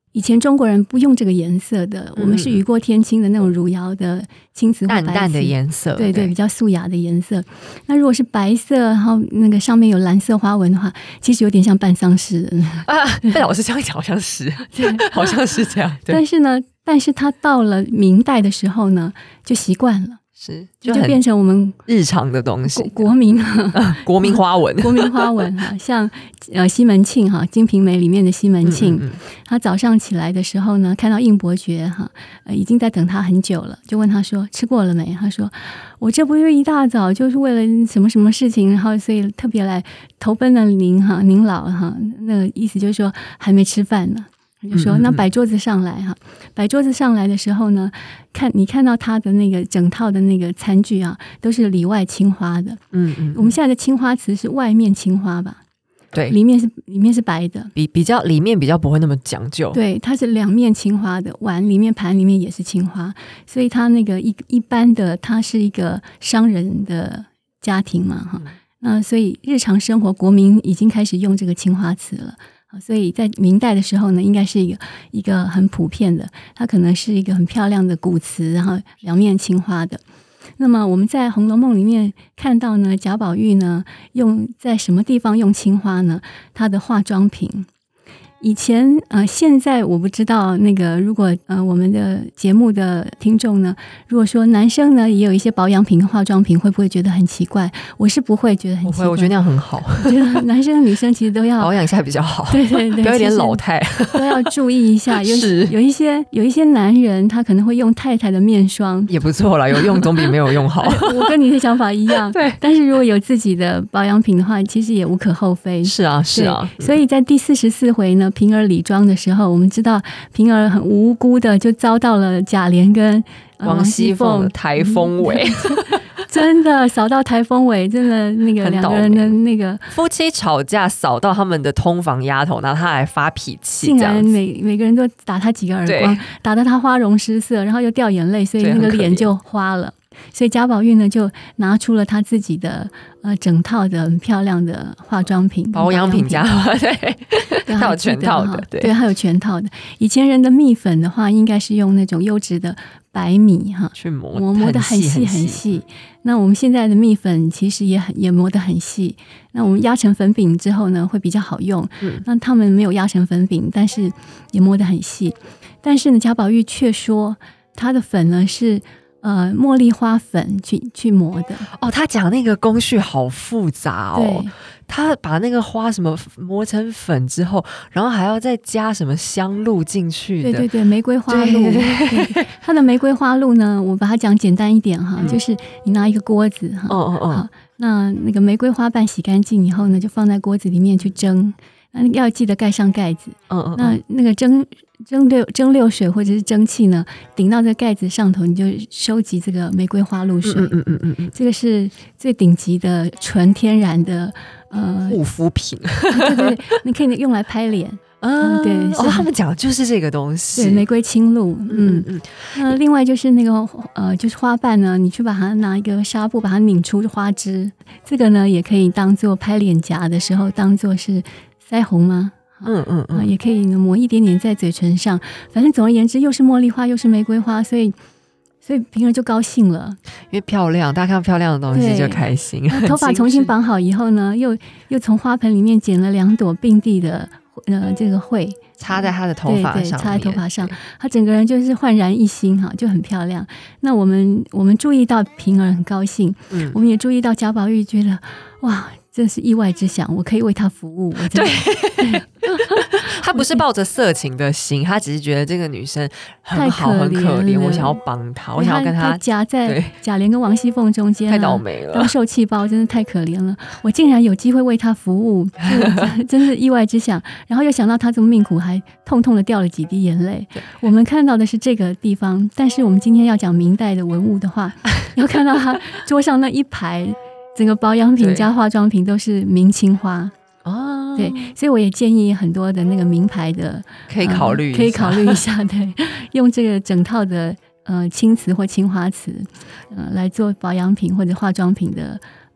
以前中国人不用这个颜色的，我们是雨过天晴的那种汝窑的青瓷或白瓷， 淡淡的颜色， 对对，比较素雅的颜色。那如果是白色，然后那个上面有蓝色花纹的话，其实有点像办丧事的啊。被老师这样讲，好像是，好像是这样。 但是他到了明代的时候呢，就习惯了。 是， 就变成我们日常的东西， 国民国民花纹， 国民花纹哈，像西门庆哈，《金瓶梅》里面的西门庆，他早上起来的时候呢，看到应伯爵哈，已经在等他很久了，就问他说吃过了没？他说我这不是一大早就是为了什么什么事情，然后所以特别来投奔了您老哈，那个意思就是说还没吃饭呢。就说那摆桌子上来哈，摆桌子上来的时候呢，你看到他的那个整套的那个餐具啊，都是里外青花的。我们现在的青花瓷是外面青花吧？ 对， 里面是白的， 比较里面比较不会那么讲究。 对，它是两面青花的，碗里面盘里面也是青花，所以它那个一般的，它是一个商人的家庭嘛哈。那所以日常生活国民已经开始用这个青花瓷了。所以在明代的时候呢，应该是一个很普遍的，它可能是一个很漂亮的古瓷，然后两面青花的。那么我们在《红楼梦》里面看到呢，贾宝玉呢在什么地方用青花呢？他的化妆品。以前现在我不知道那个，如果我们的节目的听众呢，如果说男生呢也有一些保养品、化妆品，会不会觉得很奇怪？我是不会觉得很奇怪， 我觉得那样很好。 我觉得男生女生其实都要保养一下比较好， 对对对， 不要有点老态， 都要注意一下。有一些男人他可能会用太太的面霜， 也不错啦，有用总比没有用好。 我跟你的想法一样， 对。 但是如果有自己的保养品的话，其实也无可厚非。 是啊，是啊。 所以在第44回呢，平儿理妆的时候，我们知道平儿很无辜的就遭到了贾琏跟王熙凤台风尾， 真的扫到台风尾，真的那个两个人的那个夫妻吵架扫到他们的通房丫头，然后他还发脾气， 竟然每个人都打他几个耳光，打得他花容失色，然后又掉眼泪，所以那个脸就花了。所以贾宝玉呢就拿出了他自己的整套的很漂亮的化妆品、 保养品家，对，他有全套的， 对，他有全套的。以前人的蜜粉的话，应该是用那种优质的白米哈去磨得很细很细。那我们现在的蜜粉其实也磨得很细。那我们压成粉饼之后呢，会比较好用。那他们没有压成粉饼，但是也磨得很细。但是呢，贾宝玉却说他的粉呢是茉莉花粉去磨的。 哦，他讲那个工序好复杂哦。他把那个花什么磨成粉之后，然后还要再加什么香露进去的。 对对对，玫瑰花露。对，它的玫瑰花露呢，我把它讲简单一点哈，就是你拿一个锅子哈，好，那个玫瑰花瓣洗干净以后呢，就放在锅子里面去蒸。那要记得盖上盖子。那个蒸馏水或者是蒸汽呢，顶到这个盖子上头，你就收集这个玫瑰花露水。这个是最顶级的纯天然的护肤品。 对对，你可以用来拍脸。对， 他们讲的就是这个东西。 对，玫瑰清露。那另外就是那个就是花瓣呢，你去把它拿一个纱布把它拧出花枝，这个呢也可以当做拍脸颊的时候当做是腮红吗？也可以抹一点点在嘴唇上。反正总而言之，又是茉莉花又是玫瑰花，所以平儿就高兴了， 因为漂亮，大家看到漂亮的东西就开心。 头发重新绑好以后呢，又从花盆里面捡了2朵并蒂的这个蕙， 插在她的头发上， 插在头发上，她整个人就是焕然一新哈，就很漂亮。那我们注意到平儿很高兴，我们也注意到贾宝玉觉得哇，真是意外之想，我可以为他服务。 对，他不是抱着色情的心，他只是觉得这个女生很好，很可怜，我想要帮她，我想要跟她夹在贾琏跟王熙凤中间， 太倒霉了， 当受气包，真的太可怜了。我竟然有机会为他服务，真是意外之想。然后又想到他这么命苦，还痛痛的掉了几滴眼泪。我们看到的是这个地方，但是我们今天要讲明代的文物的话，要看到他桌上那一排。整个保养品加化妆品都是明青花。对，所以我也建议很多的那个名牌的可以考虑一下，对，用这个整套的青瓷或青花瓷来做保养品或者化妆品的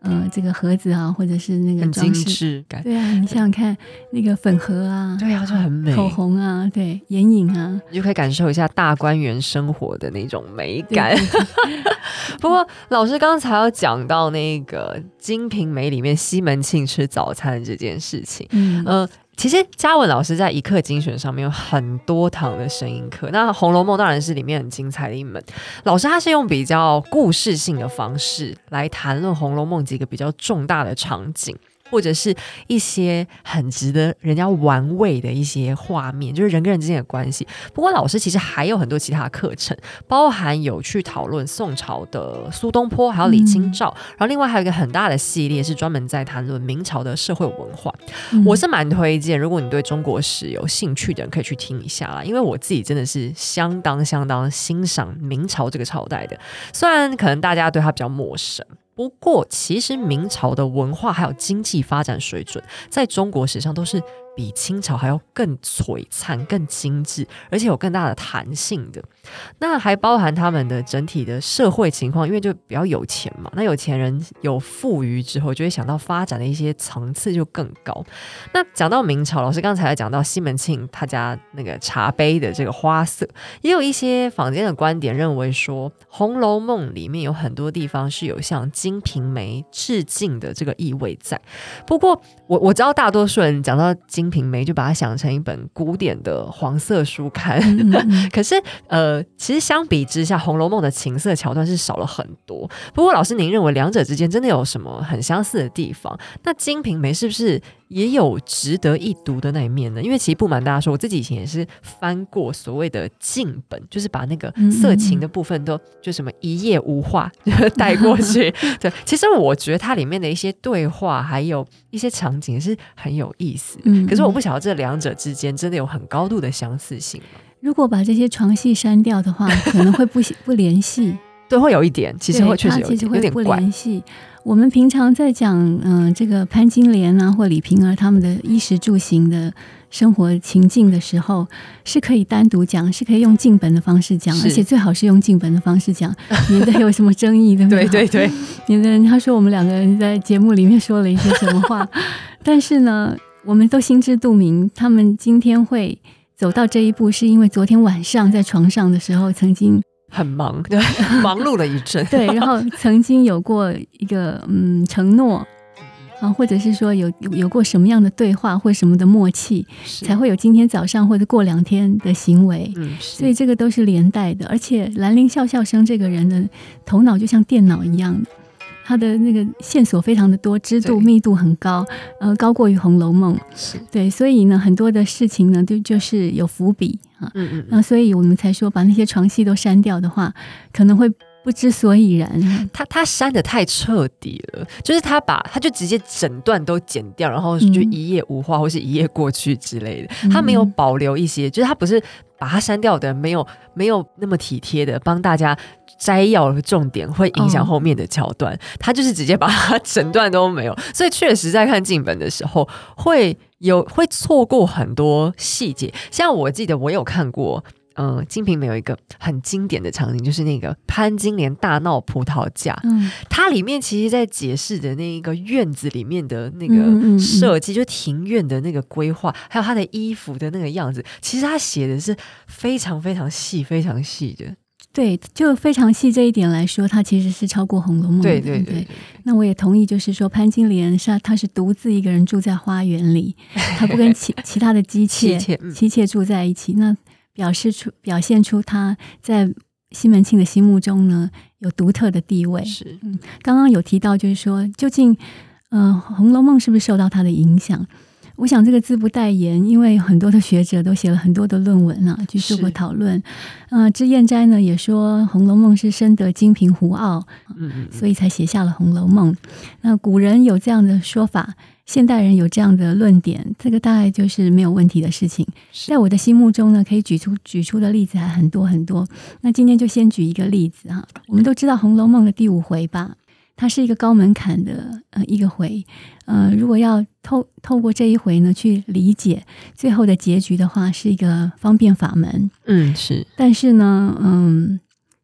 这个盒子啊，或者是那个装饰， 很精致感。 对啊，你想想看，那个粉盒啊， 对啊，就很美。 口红啊，对，眼影啊， 你就可以感受一下大观园生活的那种美感。 对对对不过老师刚才有讲到那个《金瓶梅》里面西门庆吃早餐这件事情，其实嘉文老师在一课精选上面有很多堂的声音课，那《红楼梦》当然是里面很精彩的一门。老师他是用比较故事性的方式来谈论《红楼梦》几个比较重大的场景，或者是一些很值得人家玩味的一些画面，就是人跟人之间的关系。不过老师其实还有很多其他课程，包含有去讨论宋朝的苏东坡还有李清照，然后另外还有一个很大的系列是专门在谈论明朝的社会文化。我是蛮推荐，如果你对中国史有兴趣的人可以去听一下啦，因为我自己真的是相当欣赏明朝这个朝代的，虽然可能大家对它比较陌生，不过其实明朝的文化还有经济发展水准在中国史上都是比清朝还要更璀璨更精致，而且有更大的弹性的。那还包含他们的整体的社会情况，因为就比较有钱嘛，那有钱人有富余之后就会想到发展的一些层次就更高。那讲到明朝，老师刚才讲到西门庆他家那个茶杯的这个花色，也有一些坊间的观点认为说《红楼梦》里面有很多地方是有向金瓶梅致敬的这个意味在。不过我知道大多数人讲到金瓶梅就把它想成一本古典的黄色书刊，可是其实相比之下《红楼梦》的情色桥段是少了很多。不过老师您认为两者之间真的有什么很相似的地方？那金瓶梅是不是也有值得一读的那一面呢？因为其实不瞒大家说，我自己以前也是翻过所谓的禁本，就是把那个色情的部分都就什么一页无话带过去。对，其实我觉得它里面的一些对话还有一些场景是很有意思，可是我不晓得这两者之间真的有很高度的相似性吗？ 如果把这些床戏删掉的话，可能会不联系。 对，会有一点，其实会确实有点怪。 我们平常在讲这个潘金莲啊或李瓶儿他们的衣食住行的生活情境的时候，是可以单独讲，是可以用禁本的方式讲，而且最好是用禁本的方式讲，免得有什么争议，对不对？ 对对对， 免得人家说我们两个人在节目里面说了一些什么话。但是呢，我们都心知肚明，他们今天会走到这一步，是因为昨天晚上在床上的时候曾经很忙，对，忙碌了一阵。 对，然后曾经有过一个承诺啊，或者是说有过什么样的对话或什么的默契，才会有今天早上或者过2天的行为。所以这个都是连带的。而且兰陵笑笑生这个人的头脑就像电脑一样的，他的那个线索非常的多，知度密度很高，高过于《红楼梦》。对，所以呢，很多的事情呢，就是有伏笔啊。那所以我们才说，把那些床戏都删掉的话，可能会不知所以然。 他删得太彻底了，就是他就直接整段都剪掉，然后就一页无话或是一页过去之类的。他没有保留一些，就是他不是把它删掉的，没有那么体贴的帮大家摘要的重点，会影响后面的桥段。他就是直接把它整段都没有，所以确实在看禁本的时候会错过很多细节。像我记得我有看过。金瓶梅有一个很经典的场景，就是那个潘金莲大闹葡萄架。它里面其实在解释的那个院子里面的那个设计，就庭院的那个规划，还有他的衣服的那个样子，其实他写的是非常非常细非常细的。 对，就非常细这一点来说，它其实是超过《红楼梦》的。对。那我也同意，就是说潘金莲她是独自一个人住在花园里，她不跟其他的妻妾住在一起，那表现出他在西门庆的心目中呢有独特的地位。 是， 刚刚有提到，就是说究竟《红楼梦》是不是受到他的影响？我想这个字不代言，因为很多的学者都写了很多的论文啊，去做过讨论。脂砚斋呢也说《红楼梦》是深得金瓶胡傲，所以才写下了《红楼梦》。那古人有这样的说法，现代人有这样的论点，这个大概就是没有问题的事情。在我的心目中呢，可以举出的例子还很多很多。那今天就先举一个例子哈，我们都知道《红楼梦》的第5回吧，它是一个高门槛的一个回。如果要透过这一回呢去理解最后的结局的话，是一个方便法门。 是。 但是呢，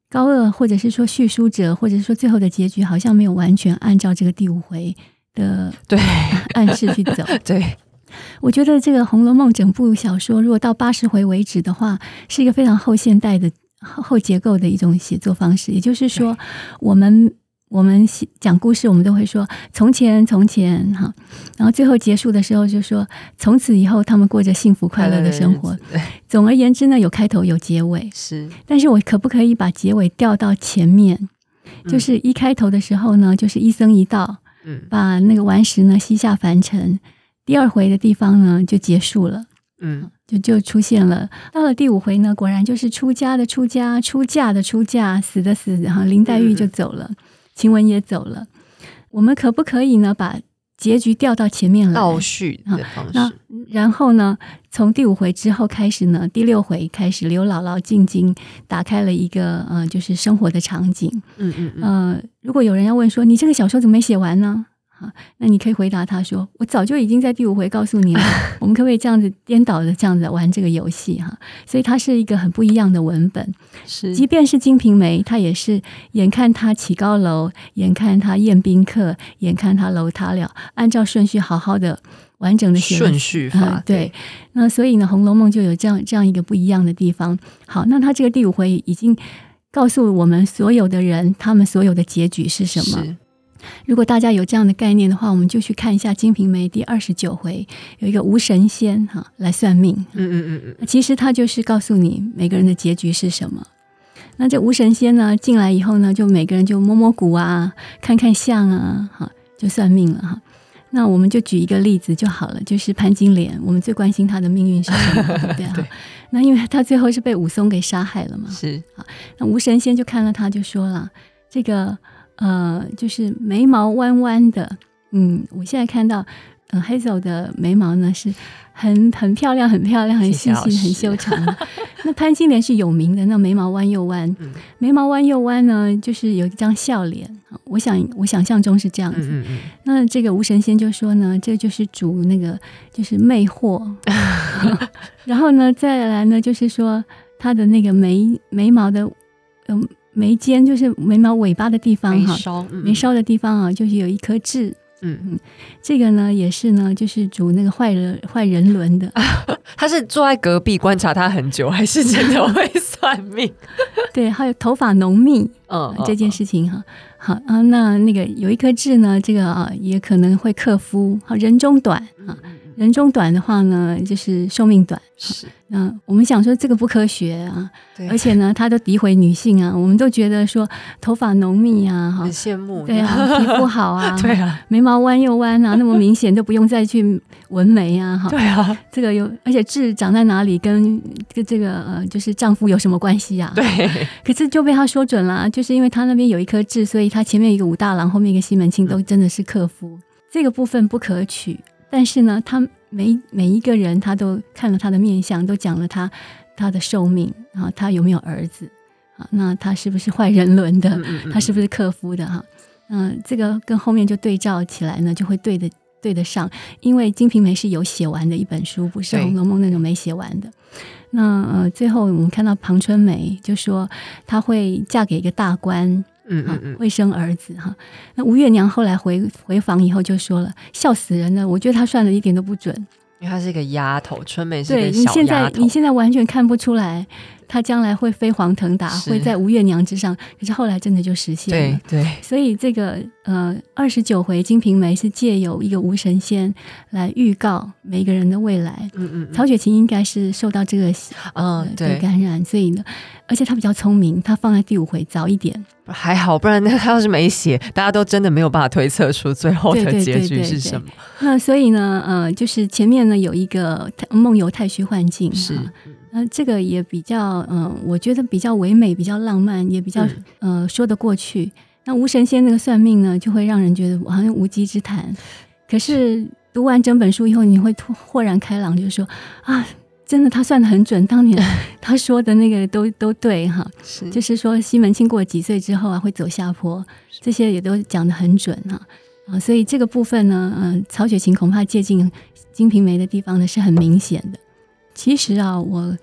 高鹗或者是说叙述者，或者是说最后的结局，好像没有完全按照这个第5回的对暗示去走。 对， 我觉得这个《红楼梦》整部小说，如果到80回为止的话，是一个非常后现代的后结构的一种写作方式。也就是说，我们讲故事，我们都会说从前从前哈，然后最后结束的时候就说从此以后他们过着幸福快乐的生活。总而言之呢，有开头有结尾。 是， 但是我可不可以把结尾调到前面？就是一开头的时候呢，就是一僧一道，把那个顽石呢西下凡尘。第2回的地方呢就结束了，就出现了。到了第5回呢，果然就是出家的出家，出嫁的出嫁，死的死，然后林黛玉就走了，晴雯也走了。我们可不可以呢把结局调到前面来， 倒叙的方式？ 然后呢，从第5回之后开始呢，第6回开始，刘姥姥进京，打开了一个就是生活的场景。如果有人要问说，你这个小说怎么没写完呢？那你可以回答他说，我早就已经在第5回告诉你了。我们可不可以这样子颠倒的这样子玩这个游戏哈？所以它是一个很不一样的文本。 是， 即便是《金瓶梅》，它也是眼看他起高楼，眼看他宴宾客，眼看他楼塌了，按照顺序好好的完整的写顺序法。 对。那所以呢，《红楼梦》就有这样一个不一样的地方。好，那它这个第5回已经告诉我们所有的人，他们所有的结局是什么。如果大家有这样的概念的话，我们就去看一下《金瓶梅》第29回，有一个无神仙来算命。其实他就是告诉你每个人的结局是什么。那这无神仙呢进来以后呢，就每个人就摸摸骨啊，看看相啊，就算命了哈。那我们就举一个例子就好了，就是潘金莲，我们最关心她的命运是什么，对不对？对。那因为她最后是被武松给杀害了嘛。 是。 那无神仙就看了她，就说了这个。就是眉毛弯弯的，我现在看到Hazel 的眉毛呢是很漂亮，很漂亮，很细细，很修长的。那潘金莲是有名的，那眉毛弯又弯，眉毛弯又弯呢，就是有一张笑脸。我想象中是这样子。那这个无神仙就说呢，这就是主那个就是魅惑。然后呢，再来呢，就是说他的那个眉毛的眉尖就是眉毛尾巴的地方眉梢的地方就是有一颗痣。这个呢也是呢，就是主那个坏人伦的。 他是坐在隔壁观察他很久，还是真的会算命？ 对，还有头发浓密这件事情哈。好那个有一颗痣呢，这个也可能会克夫。好，人中短人中短的话呢，就是寿命短。 是。 那我们想说这个不科学啊，而且呢，他都诋毁女性啊，我们都觉得说头发浓密啊， 很羡慕。 对啊，皮肤好啊， 对啊， 眉毛弯又弯啊，那么明显都不用再去纹眉啊， 对啊， 这个而且痣长在哪里跟这个就是丈夫有什么关系啊？ 对。 可是就被他说准了，就是因为他那边有一颗痣，所以他前面一个武大郎，后面一个西门庆都真的是克夫。这个部分不可取。但是呢，他每一个人他都看了他的面相，都讲了他的寿命，然后他有没有儿子，那他是不是坏人伦的，他是不是克夫的哈？这个跟后面就对照起来呢，就会对得上。因为《金瓶梅》是有写完的一本书，不是《红楼梦》那种没写完的。那最后我们看到庞春梅就说她会嫁给一个大官。会生儿子哈。那吴月娘后来回房以后就说了，笑死人了，我觉得她算的一点都不准， 因为她是一个丫头，春梅是一个小丫头。 你现在完全看不出来她将来会飞黄腾达，会在吴月娘之上，可是后来真的就实现了。 对， 所以这个29回《金瓶梅》是借由一个无神仙来预告每个人的未来。曹雪芹应该是受到这个的感染，所以呢，而且他比较聪明，他放在第5回早一点。 还好，不然他要是没写，大家都真的没有办法推测出最后的结局是什么。 那所以呢，就是前面呢有一个梦游太虚幻境， 是。 这个也比较我觉得比较唯美，比较浪漫，也比较说得过去。那无神仙那个算命呢，就会让人觉得好像无稽之谈。可是读完整本书以后，你会豁然开朗，就是说真的他算得很准，当年他说的那个都对哈。就是说西门庆过了几岁之后会走下坡，这些也都讲得很准哈。所以这个部分呢，曹雪芹恐怕借鉴《金瓶梅》的地方呢是很明显的。其实我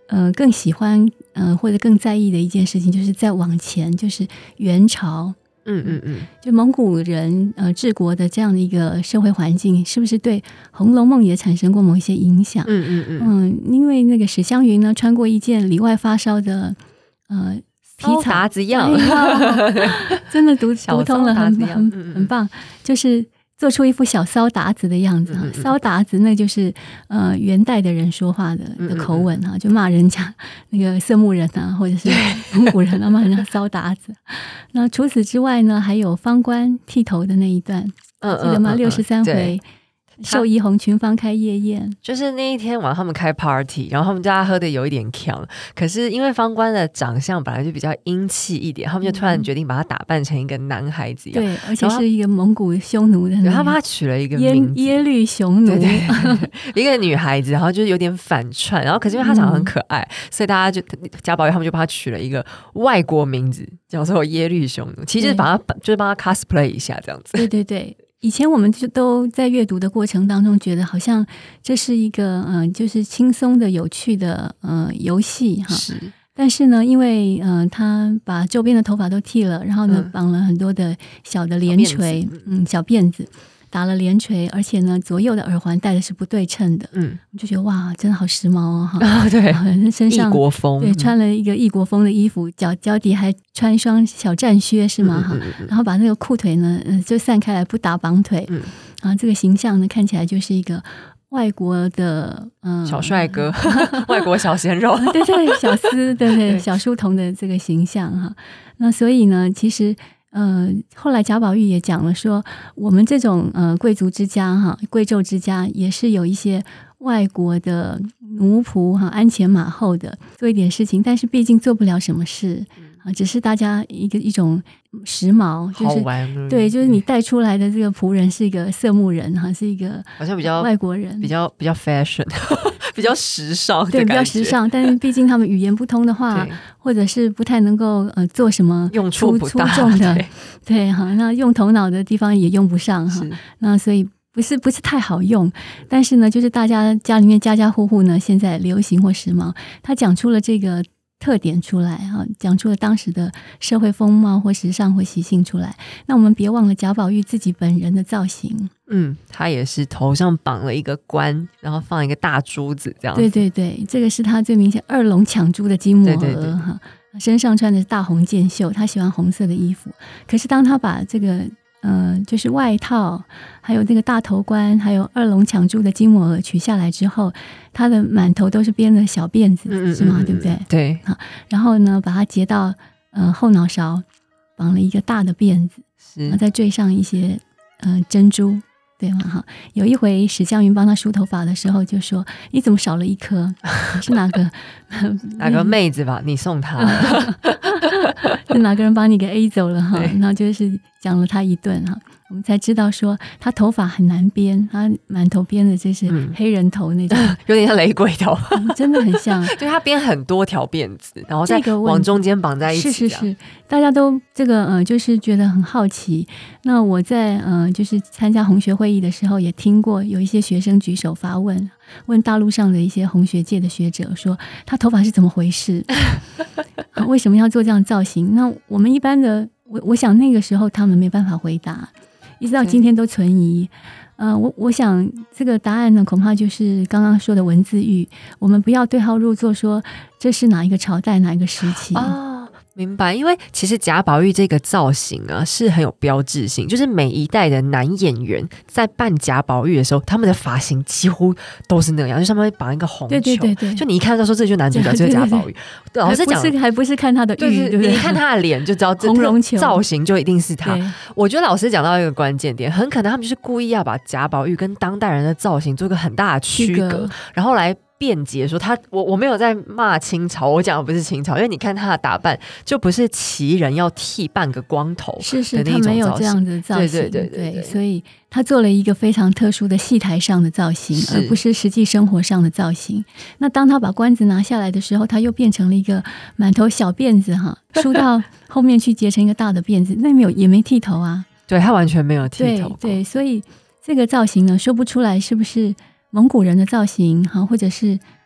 更喜欢或者更在意的一件事情，就是再往前，就是元朝。就蒙古人治国的这样的一个社会环境，是不是对《红楼梦》也产生过某一些影响？因为那个史湘云呢，穿过一件里外发烧的骚达子样， 真的读通了，很棒，就是做出一副小骚达子的样子。骚达子那就是元代的人说话的口吻哈，就骂人家那个色目人啊，或者是蒙古人啊，骂人家骚达子。那除此之外呢，还有方官剃头的那一段，记得吗？63回。寿衣红裙方开夜宴， 就是那一天晚上他们开 party， 然后他们大家喝的有一点强，可是因为方官的长相本来就比较英气一点，他们就突然决定把他打扮成一个男孩子一样， 对，而且是一个蒙古匈奴的， 他帮他取了一个名字耶律匈奴， 对一个女孩子，然后就是有点反串，然后可是因为他长得很可爱，所以大家就贾宝玉他们就帮他取了一个外国名字，叫做耶律匈奴，其实就是帮他 cosplay 一下这样子， 对。以前我们就都在阅读的过程当中，觉得好像这是一个就是轻松的、有趣的游戏哈。 是。 但是呢，因为他把周边的头发都剃了，然后呢绑了很多的小的连垂，小辫子，打了连垂，而且呢左右的耳环戴的是不对称的，我就觉得哇，真的好时髦哦哈。 对， 身上异国风， 对，穿了一个异国风的衣服，脚底还穿一双小战靴是吗？哈，然后把那个裤腿呢就散开来，不打绑腿，然后这个形象呢看起来就是一个外国的小帅哥，外国小鲜肉， 对，小厮，对，小书童的这个形象哈。那所以呢，其实后来贾宝玉也讲了说，我们这种贵族之家哈，贵胄之家也是有一些外国的奴仆哈，鞍前马后的做一点事情，但是毕竟做不了什么事啊，只是大家一种时髦，就是对，就是你带出来的这个仆人是一个色目人哈，是一个好像比较外国人， 比较 fashion 比较时尚， 对，比较时尚，但是毕竟他们语言不通的话，或者是不太能够做什么用处不大出众的，对哈，那用头脑的地方也用不上哈，那所以不是太好用，但是呢，就是大家家里面家家户户呢，现在流行或时髦，他讲出了这个特点出来哈，讲出了当时的社会风貌或时尚或习性出来。那我们别忘了贾宝玉自己本人的造型， 他也是头上绑了一个冠，然后放一个大珠子这样子。 对，这个是他最明显二龙抢珠的金抹额哈。身上穿的是大红箭袖，他喜欢红色的衣服。可是当他把这个就是外套，还有那个大头冠，还有二龙抢珠的金抹额取下来之后，他的满头都是编的小辫子，是吗？对不对？ 对。 然后呢，把它结到后脑勺，绑了一个大的辫子，然后再缀上一些珍珠，对吗？哈，有一回史湘云帮他梳头发的时候，就说：“你怎么少了一颗？是哪个妹子吧？你送她了， 是哪个人把你给 A 走了？哈，然后就是讲了他一顿哈。”我们才知道说他头发很难编，他满头编的就是黑人头那种， 有点像雷鬼头， 真的很像。 就他编很多条辫子，然后再往中间绑在一起。 是，大家都这个就是觉得很好奇。那我在就是参加红学会议的时候，也听过有一些学生举手发问大陆上的一些红学界的学者说，他头发是怎么回事？为什么要做这样的造型？那我们一般的，我想那个时候他们没办法回答。一直到今天都存疑，我想这个答案呢，恐怕就是刚刚说的文字狱，我们不要对号入座，说这是哪一个朝代哪一个时期。 明白，因为其实贾宝玉这个造型啊是很有标志性，就是每一代的男演员在扮贾宝玉的时候，他们的发型几乎都是那样，就上面会绑一个红球， 对， 就你一看到说这就是男主角，这就是贾宝玉。老实讲， 还不是看他的玉，对不对？ 你看他的脸就知道这红绒球造型就一定是他。我觉得老师讲到一个关键点，很可能他们就是故意要把贾宝玉跟当代人的造型做一个很大的区隔，然后来辩解说我没有在骂清朝，我讲的不是清朝，因为你看他的打扮就不是旗人要剃半个光头是他没有这样的造型，对，所以他做了一个非常特殊的戏台上的造型，而不是实际生活上的造型。那当他把冠子拿下来的时候，他又变成了一个满头小辫子哈，梳到后面去结成一个大的辫子，那也没剃头啊， 对，他完全没有剃头， 对，所以这个造型呢，说不出来是不是蒙古人的造型哈，或者是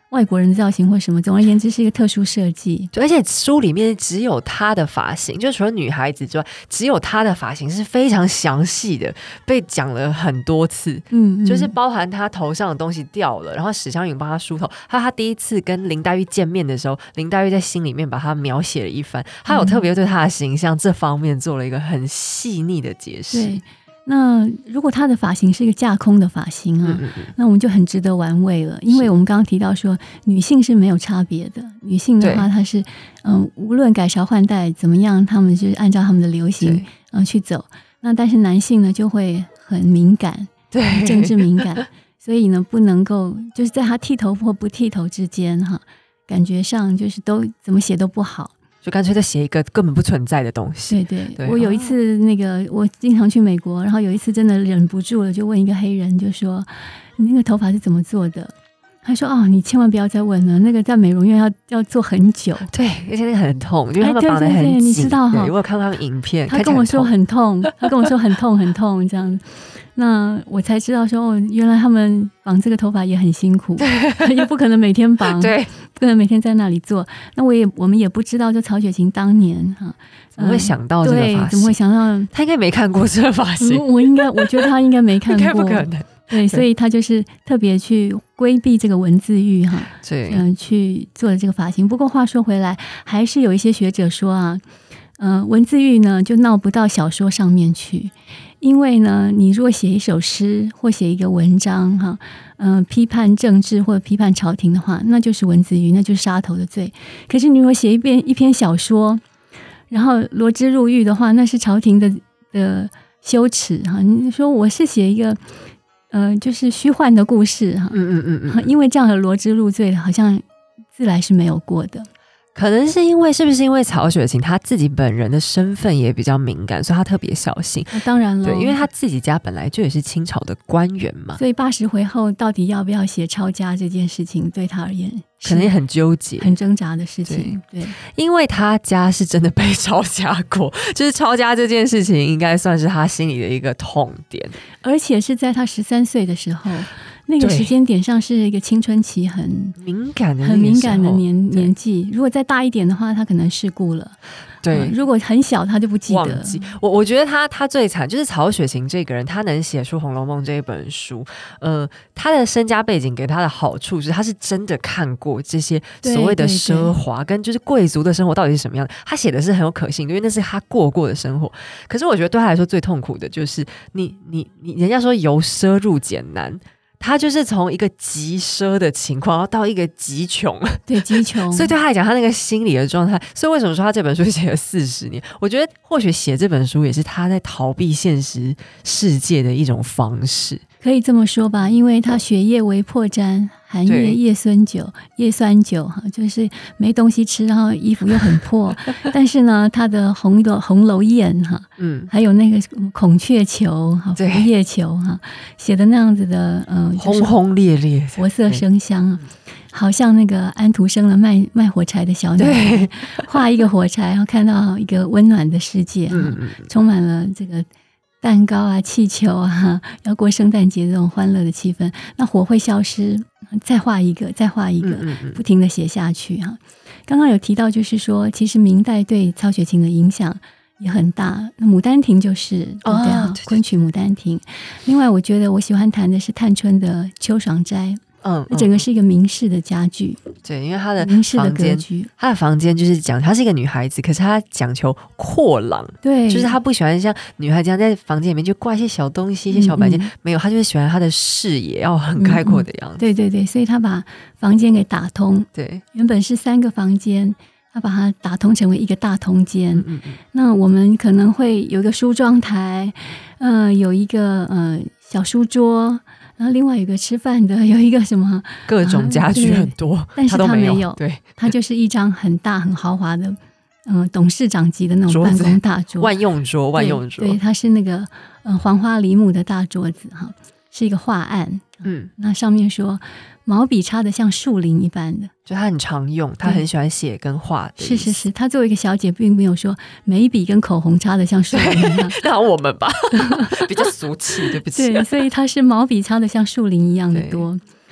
外国人造型或什么，总而言之是一个特殊设计。 而且书里面只有她的发型，就除了女孩子之外，只有她的发型是非常详细的，被讲了很多次。就是包含她头上的东西掉了，然后史湘云帮她梳头，还有她第一次跟林黛玉见面的时候，林黛玉在心里面把她描写了一番，她有特别对她的形象这方面做了一个很细腻的解释。 对，那如果她的发型是一个架空的发型啊，那我们就很值得玩味了，因为我们刚刚提到说女性是没有差别的，女性的话她是无论改朝换代怎么样，她们就是按照她们的流行去走。那但是男性呢就会很敏感，对，政治敏感，所以呢不能够就是在他剃头或不剃头之间哈，感觉上就是都怎么写都不好。 就干脆再写一个根本不存在的东西。 对，我有一次我经常去美国，然后有一次真的忍不住了，就问一个黑人，就说你那个头发是怎么做的？他说你千万不要再问了，那个在美容院要做很久。对， 而且那个很痛，因为他们绑得很紧。 你知道哈？ 我有看到他们影片， 他跟我说很痛，他跟我说很痛很痛这样。那我才知道说原来他们绑这个头发也很辛苦，也不可能每天绑，对，不可能每天在那里做。那我们也不知道，就曹雪芹当年哈怎么会想到这个发型？ 怎么会想到？ 他应该没看过这个发型。 我觉得他应该没看过， 应该不可能。 对，所以他就是特别去规避这个文字狱哈，去做的这个发型。不过话说回来，还是有一些学者说啊，文字狱呢就闹不到小说上面去，因为呢，你如果写一首诗或写一个文章哈，批判政治或者批判朝廷的话，那就是文字狱，那就是杀头的罪。可是你如果写一篇小说，然后罗织入狱的话，那是朝廷的羞耻哈。你说我是写一个。就是虚幻的故事哈，因为这样的罗织入罪，好像自来是没有过的。 可能是是不是因为曹雪芹他自己本人的身份也比较敏感，所以他特别小心。 当然了， 对，因为他自己家本来就也是清朝的官员嘛， 所以80回后到底要不要写抄家这件事情，对他而言可能也很纠结、 很挣扎的事情。对， 因为他家是真的被抄家过，就是抄家这件事情应该算是他心里的一个痛点， 而且是在他13岁的时候。那个时间点上是一个青春期很敏感的年纪，如果再大一点的话，他可能世故了。对，如果很小他就不记得。 忘记。我觉得他最惨就是曹雪芹这个人，他能写出《红楼梦》这一本书，他的身家背景给他的好处是，他是真的看过这些所谓的奢华跟就是贵族的生活到底是什么样的，他写的是很有可信的，因为那是他过的生活。可是我觉得对他来说最痛苦的就是你人家说由奢入俭难。他就是从一个极奢的情况到一个极穷， 对，极穷， 所以对他来讲，他那个心理的状态，所以为什么说他这本书写了40年？我觉得或许写这本书也是他在逃避现实世界的一种方式， 可以这么说吧。因为他雪夜为破毡，寒夜夜酸酒哈，就是没东西吃，然后衣服又很破，但是呢，他的红楼宴哈，还有那个孔雀裘哈，拂叶裘哈，写的那样子的轰轰烈烈， 活色生香啊，好像那个安徒生的卖火柴的小女孩，画一个火柴，然后看到一个温暖的世界，充满了这个蛋糕啊、气球啊，要过圣诞节这种欢乐的气氛。那火会消失，再画一个，不停的写下去哈。刚刚有提到，就是说，其实明代对曹雪芹的影响也很大。那《牡丹亭》就是对啊，昆曲《牡丹亭》。另外，我觉得我喜欢谈的是探春的《秋爽斋》。整个是一个明式的家具， 对，因为她的明式的格局， 她的房间就是讲她是一个女孩子，可是她讲求阔朗，对，就是她不喜欢像女孩这样在房间里面就挂一些小东西、一些小摆件，没有，她就是喜欢她的视野要很开阔的样子。 对，所以她把房间给打通，对，原本是3个房间，她把它打通成为一个大通间。那我们可能会有一个梳妆台，有一个小书桌。然后另外有一个吃饭的，有一个什么各种家具很多， 但是他没有， 对， 他就是一张很大很豪华的，董事长级的那种办公大桌， 万用桌， 对，它是那个黄花梨木的大桌子哈，是一个画案，那上面说毛笔插的像树林一般的， 就他很常用，他很喜欢写跟画的。 是，他作为一个小姐，并没有说眉笔跟口红插的像树林一样， 那我们吧，比较俗气，对不起。 对，所以他是毛笔插的像树林一样的多。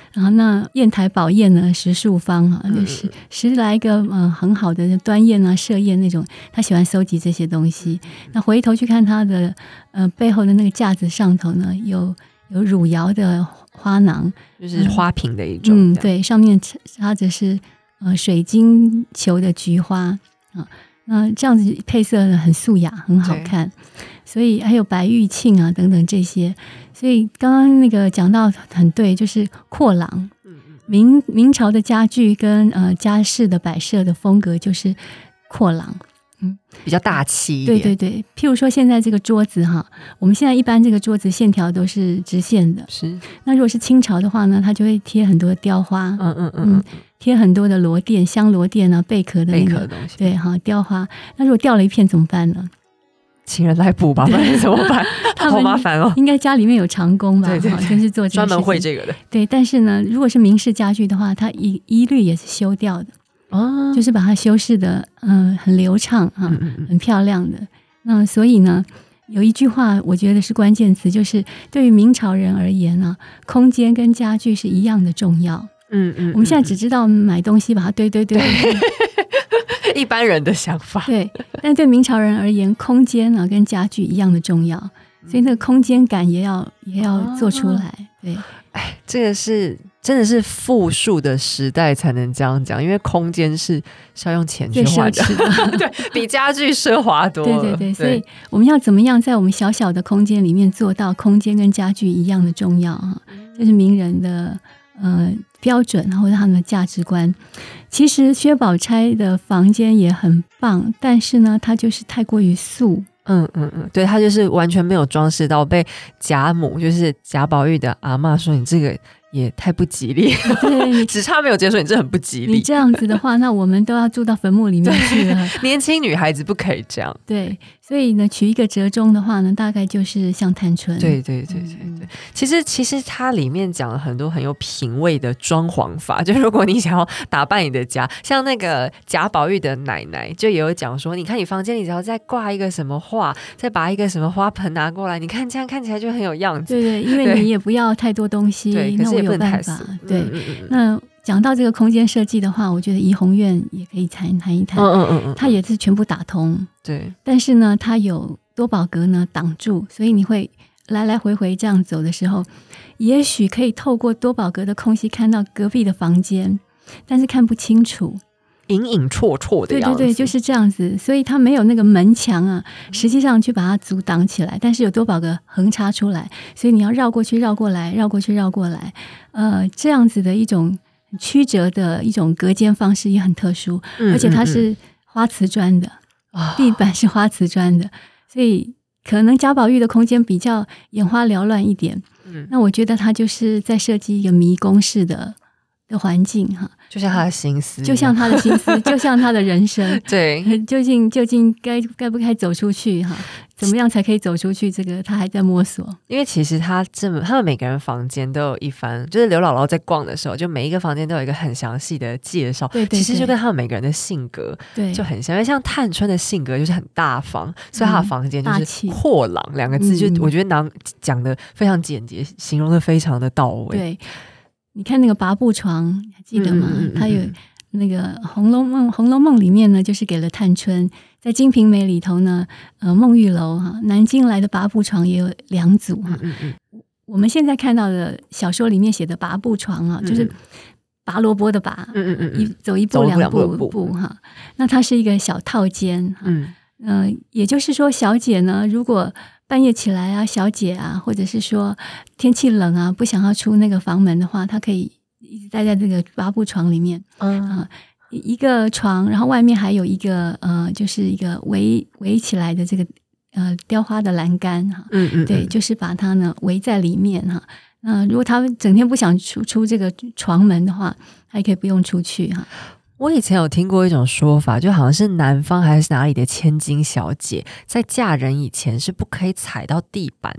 然后那砚台宝砚呢10数方啊，就是10来个很好的端砚啊射砚那种，他喜欢收集这些东西。那回头去看他的背后的那个架子上头呢，有汝窑的花囊， 就是花瓶的一种， 对，上面插着是水晶球的菊花啊。那这样子配色很素雅，很好看，所以还有白玉磬啊等等这些。所以刚刚那个讲到很对，就是阔廊，明朝的家具跟家饰的摆设的风格就是阔廊， 比较大气一点。 对对对，譬如说现在这个桌子哈，我们现在一般这个桌子线条都是直线的， 是。 那如果是清朝的话呢，它就会贴很多雕花，贴很多的螺钿、香螺钿啊、贝壳的那个东西， 对哈，雕花。那如果掉了一片怎么办呢？ 请人来补吧，不然怎么办？好麻烦哦。 应该家里面有长工吧， 对， 就是做这个专门会这个的。 对，但是呢，如果是明式家具的话，它一律也是修掉的，就是把它修饰的很流畅很漂亮的。那所以呢，有一句话我觉得是关键词，就是对于明朝人而言呢，空间跟家具是一样的重要。我们现在只知道买东西把它堆一般人的想法。 对，但对明朝人而言，空间呢跟家具一样的重要，所以那个空间感也要做出来。对， 这个是真的是富庶的时代才能这样讲，因为空间是要用钱去换的，对，比家具奢华多了。对， 所以我们要怎么样在我们小小的空间里面做到空间跟家具一样的重要啊？这是名人的标准或者他们的价值观。其实薛宝钗的房间也很棒，但是呢，它就是太过于素。 对，他就是完全没有装饰到，被贾母就是贾宝玉的阿嬷说你这个也太不吉利，对，只差没有直接说你这很不吉利。 你这样子的话，那我们都要住到坟墓里面去了。 年轻女孩子不可以这样。 对，所以呢，取一个折中的话呢，大概就是像探春。 对。其实它里面讲了很多很有品味的装潢法，就如果你想要打扮你的家，像那个贾宝玉的奶奶就也有讲说，你看你房间里只要再挂一个什么画，再把一个什么花盆拿过来，你看这样看起来就很有样子。 对，因为你也不要太多东西， 对， 那我有办法。对，那讲到这个空间设计的话，我觉得怡红院也可以谈一谈。它也是全部打通。 对， 但是呢，它有多宝格呢挡住，所以你会来来回回这样走的时候，也许可以透过多宝格的空隙看到隔壁的房间，但是看不清楚， 隐隐绰绰的样子。 对，就是这样子。所以它没有那个门墙啊，实际上去把它阻挡起来，但是有多宝格横插出来，所以你要绕过去绕过来，绕过去绕过来，这样子的一种曲折的一种隔间方式也很特殊，而且它是花瓷砖的，地板是花瓷砖的，所以可能贾宝玉的空间比较眼花缭乱一点。那我觉得他就是在设计一个迷宫式的环境哈， 就像他的心思， 就像他的心思，就像他的人生。 对， 究竟该不该走出去哈？怎么样才可以走出去？这个他还在摸索。因为其实他们每个人房间都有一番，就是刘姥姥在逛的时候，就每一个房间都有一个很详细的介绍。 对， 其实就跟他们每个人的性格就很像。因为像探春的性格就是很大方，所以他的房间就是阔朗两个字，就我觉得讲的非常简洁，形容的非常的到位。 对，你看那个拔步床，还记得吗？他有那个《红楼梦》里面呢，就是给了探春。在《金瓶梅》里头呢，孟玉楼南京来的拔步床也有2组我们现在看到的小说里面写的拔步床就是拔萝卜的拔，走一步两步那它是一个小套间也就是说，小姐呢，如果半夜起来啊，小姐啊，或者是说天气冷啊，不想要出那个房门的话，她可以一直待在这个拔步床里面一个床，然后外面还有一个就是一个围起来的这个雕花的栏杆对，就是把它呢围在里面如果他整天不想出这个床门的话，他也可以不用出去我以前有听过一种说法，就好像是南方还是哪里的千金小姐，在嫁人以前是不可以踩到地板的。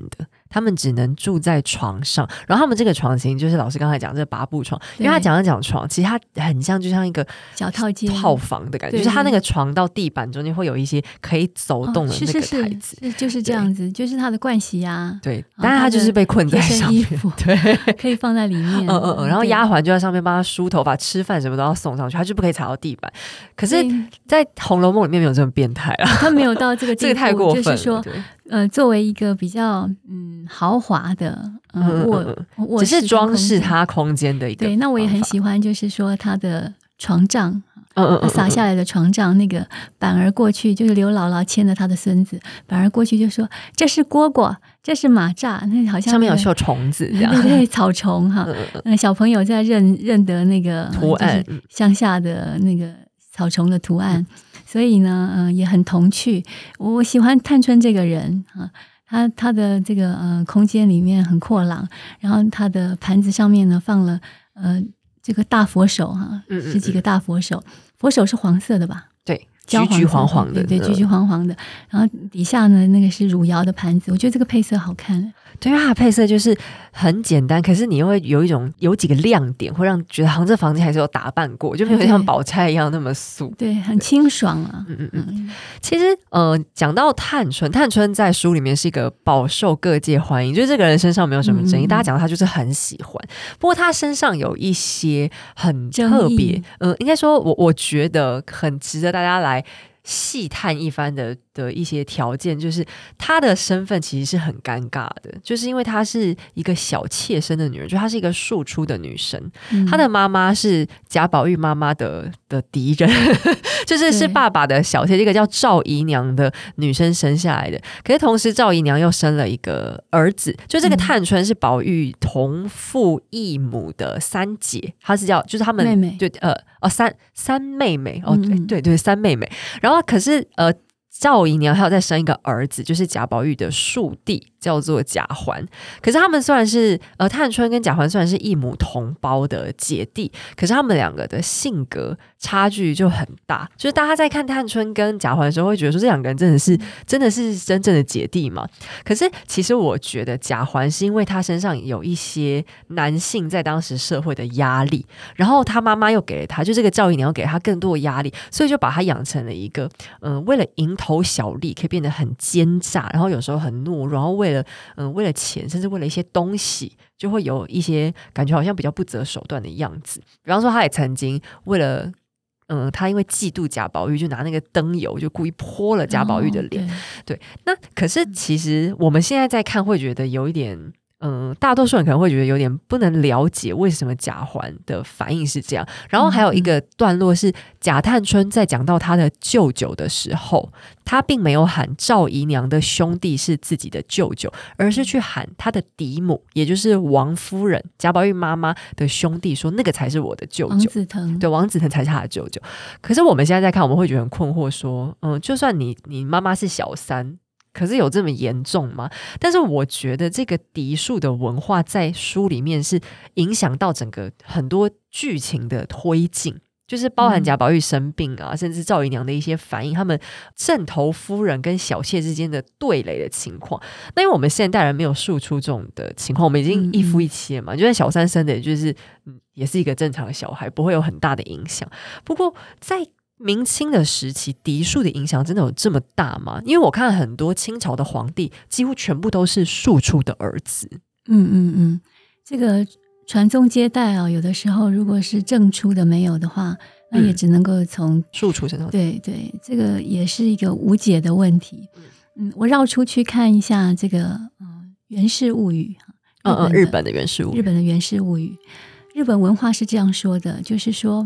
他们只能住在床上，然后他们这个床型就是老师刚才讲这个8步床，因为他讲床，其实它很像就像一个小套间套房的感觉，就是它那个床到地板中间会有一些可以走动的那个台子， 是就是这样子，就是它的盥洗啊， 对，但是它就是被困在上面，对， 可以放在里面， 然后丫鬟就在上面帮他梳头发、吃饭什么都要送上去，他就不可以踩到地板。可是，在《红楼梦》里面没有这么变态啊， 他没有到这个地步， 这个太过分了。 就是说，作为一个比较豪华的只是装饰它空间的一个。 对，那我也很喜欢，就是说它的床帐。洒下来的床帐，那个板儿过去就是刘姥姥牵着她的孙子，板儿过去就说这是蝈蝈，这是马蚱，那好像上面有绣虫子这样， 对，草虫哈。小朋友在认得那个图案， 乡下的那个草虫的图案，所以呢，也很童趣。我喜欢探春这个人啊，他的这个空间里面很阔朗，然后他的盘子上面呢放了这个大佛手10几个大佛手，佛手是黄色的吧？ 对，橘黄黄的， 对，橘黄黄的。然后底下呢，那个是汝窑的盘子，我觉得这个配色好看。 对，因为它的配色就是很简单，可是你又会有几个亮点，会让觉得好像这房间还是有打扮过，就没有像宝钗一样那么素。 对，很清爽啊。 其实讲到探春在书里面是一个饱受各界欢迎，就是这个人身上没有什么争议，大家讲到他就是很喜欢。不过他身上有一些很特别，应该说我觉得很值得大家来细探一番的一些条件，就是她的身份其实是很尴尬的，就是因为她是一个小妾生的女人，就她是一个庶出的女生，她的妈妈是贾宝玉妈妈的敌人，就是爸爸的小妾，这个叫赵姨娘的女生生下来的。可是同时赵姨娘又生了一个儿子，就这个探春是宝玉同父异母的三姐，她是叫就是他们妹妹， 对三妹妹对三妹妹。然后可是赵姨娘还有再生一个儿子，就是贾宝玉的庶弟，叫做贾环。可是他们虽然是探春跟贾环虽然是异母同胞的姐弟，可是他们两个的性格差距就很大。就是大家在看探春跟贾环的时候，会觉得说这两个人真的是真正的姐弟嘛？可是其实我觉得贾环是因为他身上有一些男性在当时社会的压力，然后他妈妈又给了他，就这个赵姨娘又给了他更多的压力，所以就把他养成了一个为了蝇头小利可以变得很奸诈，然后有时候很懦弱，然后为了钱，甚至为了一些东西，就会有一些感觉好像比较不择手段的样子。比方说，他也曾经为了他因为嫉妒贾宝玉，就拿那个灯油就故意泼了贾宝玉的脸。对，那可是其实我们现在在看，会觉得有一点。大多数人可能会觉得有点不能了解为什么贾环的反应是这样。然后还有一个段落是贾探春在讲到他的舅舅的时候，他并没有喊赵姨娘的兄弟是自己的舅舅，而是去喊他的嫡母，也就是王夫人贾宝玉妈妈的兄弟，说那个才是我的舅舅， 王子腾。 对，王子腾才是他的舅舅。可是我们现在在看，我们会觉得很困惑，说就算你妈妈是小三，可是有这么严重吗？但是我觉得这个嫡庶的文化在书里面是影响到整个很多剧情的推进，就是包含贾宝玉生病啊，甚至赵姨娘的一些反应，他们正头夫人跟小妾之间的对垒的情况。那因为我们现代人没有庶出这种的情况，我们已经一夫一妻了嘛，就算小三生的就是也是一个正常的小孩，不会有很大的影响。不过在明清的时期，嫡庶的影响真的有这么大吗？因为我看很多清朝的皇帝几乎全部都是庶出的儿子。 这个传宗接代啊，有的时候如果是正出的没有的话，那也只能够从庶出身上。 对，这个也是一个无解的问题。我绕出去看一下这个源氏物语， 日本的源氏物语， 日本的源氏物语，日本文化是这样说的，就是说，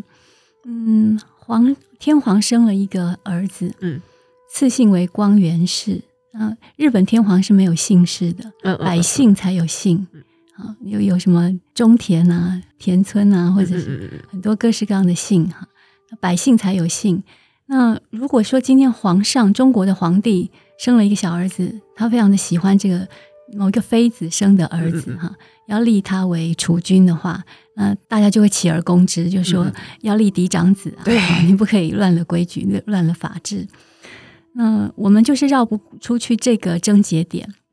天皇生了一个儿子，赐姓为光源氏。日本天皇是没有姓氏的，百姓才有姓。有什么中田啊、田村啊，或者是很多各式各样的姓哈，百姓才有姓。那如果说今天中国的皇帝生了一个小儿子，他非常的喜欢这个某一个妃子生的儿子哈，要立他为储君的话，大家就会起而攻之，就说要立嫡长子啊，你不可以乱了规矩，乱了法治。那我们就是绕不出去这个症结点。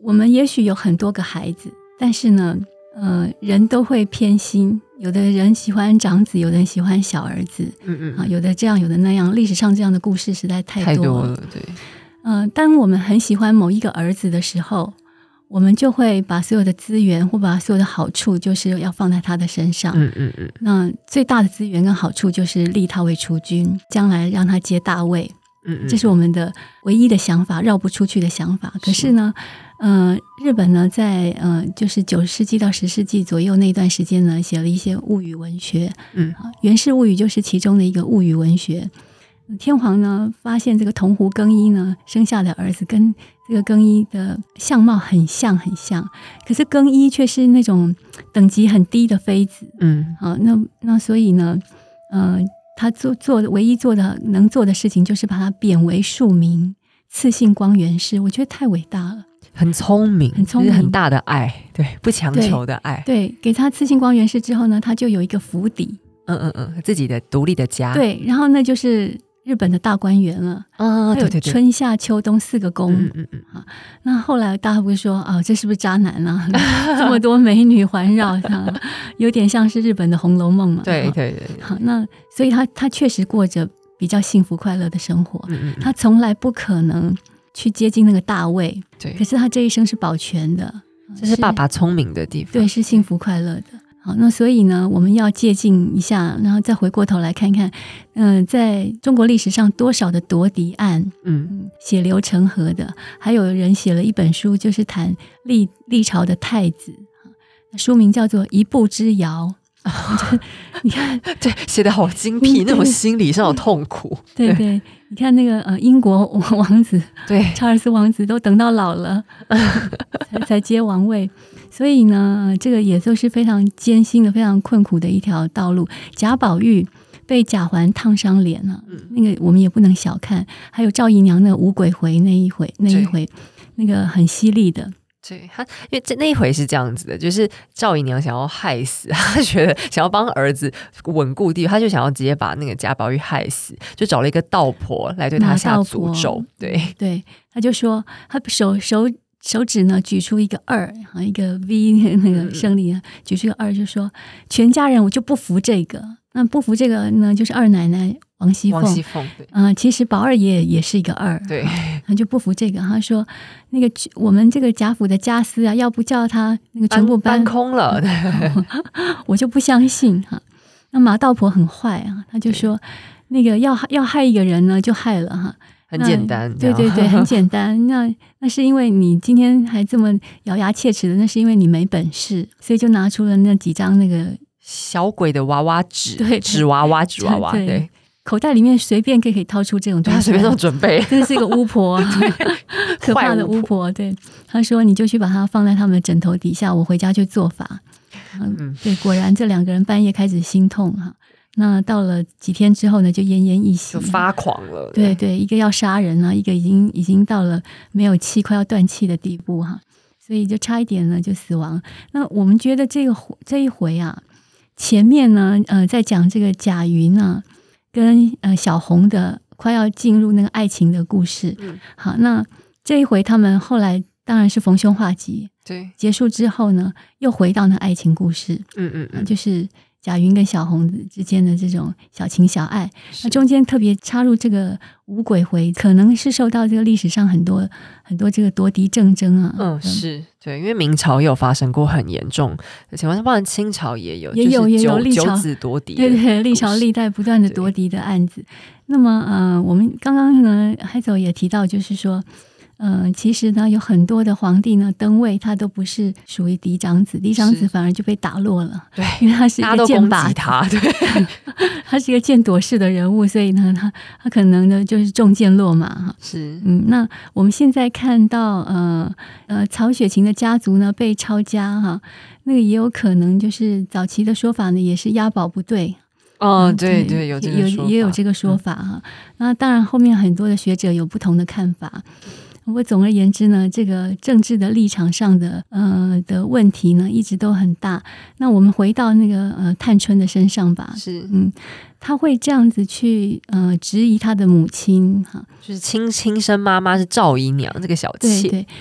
我们也许有很多个孩子，但是呢人都会偏心，有的人喜欢长子，有的人喜欢小儿子，有的这样有的那样，历史上这样的故事实在太多了。对，当我们很喜欢某一个儿子的时候，我们就会把所有的资源或把所有的好处就是要放在他的身上。那最大的资源跟好处就是立他为储君，将来让他接大位。这是我们的唯一的想法，绕不出去的想法。可是呢日本呢在就是9世纪到10世纪左右那段时间呢，写了一些物语文学。源氏物语就是其中的一个物语文学。天皇呢发现这个桐湖更衣呢生下的儿子跟这个更衣的相貌很像，可是更衣却是那种等级很低的妃子。那所以呢他唯一能做的事情就是把他贬为庶民，赐姓光源氏。我觉得太伟大了， 很聪明，就是很大的爱，对，不强求的爱。对， 给他赐姓光源氏之后呢，他就有一个府邸， 自己的独立的家。 对，然后那就是日本的大观园了。对，春夏秋冬4个宫。那后来大家不是说这是不是渣男啊？这么多美女环绕，有点像是日本的《红楼梦》嘛。 对。 好，那所以他确实过着比较幸福快乐的生活。他从来不可能去接近那个大位。对，可是他这一生是保全的， 这是爸爸聪明的地方。 对，是幸福快乐的。好，那所以呢，我们要借鉴一下，然后再回过头来看看，在中国历史上多少的夺嫡案，血流成河的，还有人写了一本书，就是谈历朝的太子，书名叫做《一步之遥》。你看， 对，写得好精辟，那种心理上有痛苦。 对，你看那个英国王子， 对， 查尔斯王子都等到老了才接王位。所以呢这个也就是非常艰辛的非常困苦的一条道路。贾宝玉被贾环烫伤脸了，那个我们也不能小看。还有赵姨娘那个五鬼回那一回那个很犀利的。 对，因为那一回是这样子的，就是赵姨娘想要害死，她觉得想要帮儿子稳固地位，她就想要直接把那个贾宝玉害死，就找了一个道婆来对他下诅咒。对，他就说他手指呢举出一个2，一个 V 那个胜利举出一个2，就说全家人我就不服这个。那不服这个呢，就是二奶奶王熙凤。其实宝二爷也是一个2。 对， 他就不服这个，他说那个我们这个贾府的家私啊，要不叫他那个全部搬空了， 我就不相信哈。那马道婆很坏啊，他就说那个要害一个人呢，就害了哈。 很简单。 对，很简单。那是因为你今天还这么咬牙切齿的，那是因为你没本事，所以就拿出了那几张那个小鬼的娃娃纸，纸娃娃。对， 口袋里面随便可以掏出这种东西， 他随便都准备。 这是一个巫婆可怕的巫婆。对，他说你就去把它放在他们的枕头底下，我回家去做法。对，果然这2个人半夜开始心痛哈。那到了几天之后呢，就奄奄一息， 就发狂了。 对，一个要杀人了，一个已经到了没有气快要断气的地步哈，所以就差一点呢就死亡。那我们觉得这一回啊，前面呢在讲这个贾云啊跟小红的快要进入那个爱情的故事。好，那这一回他们后来当然是逢凶化吉。 对， 结束之后呢，又回到那爱情故事。就是贾云跟小红之间的这种小情小爱。那中间特别插入这个五鬼回，可能是受到这个历史上很多这个夺嫡政争啊。 是对，因为明朝也有发生过很严重的情况，包含清朝也有历朝九子夺嫡。 对，历朝历代不断的夺嫡的案子。那么我们刚刚呢海走也提到，就是说其实呢有很多的皇帝呢登位，他都不是属于嫡长子，嫡长子反而就被打落了。 对， 因为他是一个剑拔他，对， 他是一个剑夺式的人物，所以呢他可能呢就是中箭落马哈。 是， 那我们现在看到曹雪芹的家族呢被抄家哈，那个也有可能就是早期的说法呢也是押宝不对。 对，有这个说法， 也有这个说法哈。那当然后面很多的学者有不同的看法。不过总而言之呢，这个政治的立场上的问题呢，一直都很大。那我们回到那个探春的身上吧， 是， 他会这样子去质疑他的母亲哈， 就是亲生妈妈是赵姨娘这个小妾。 对，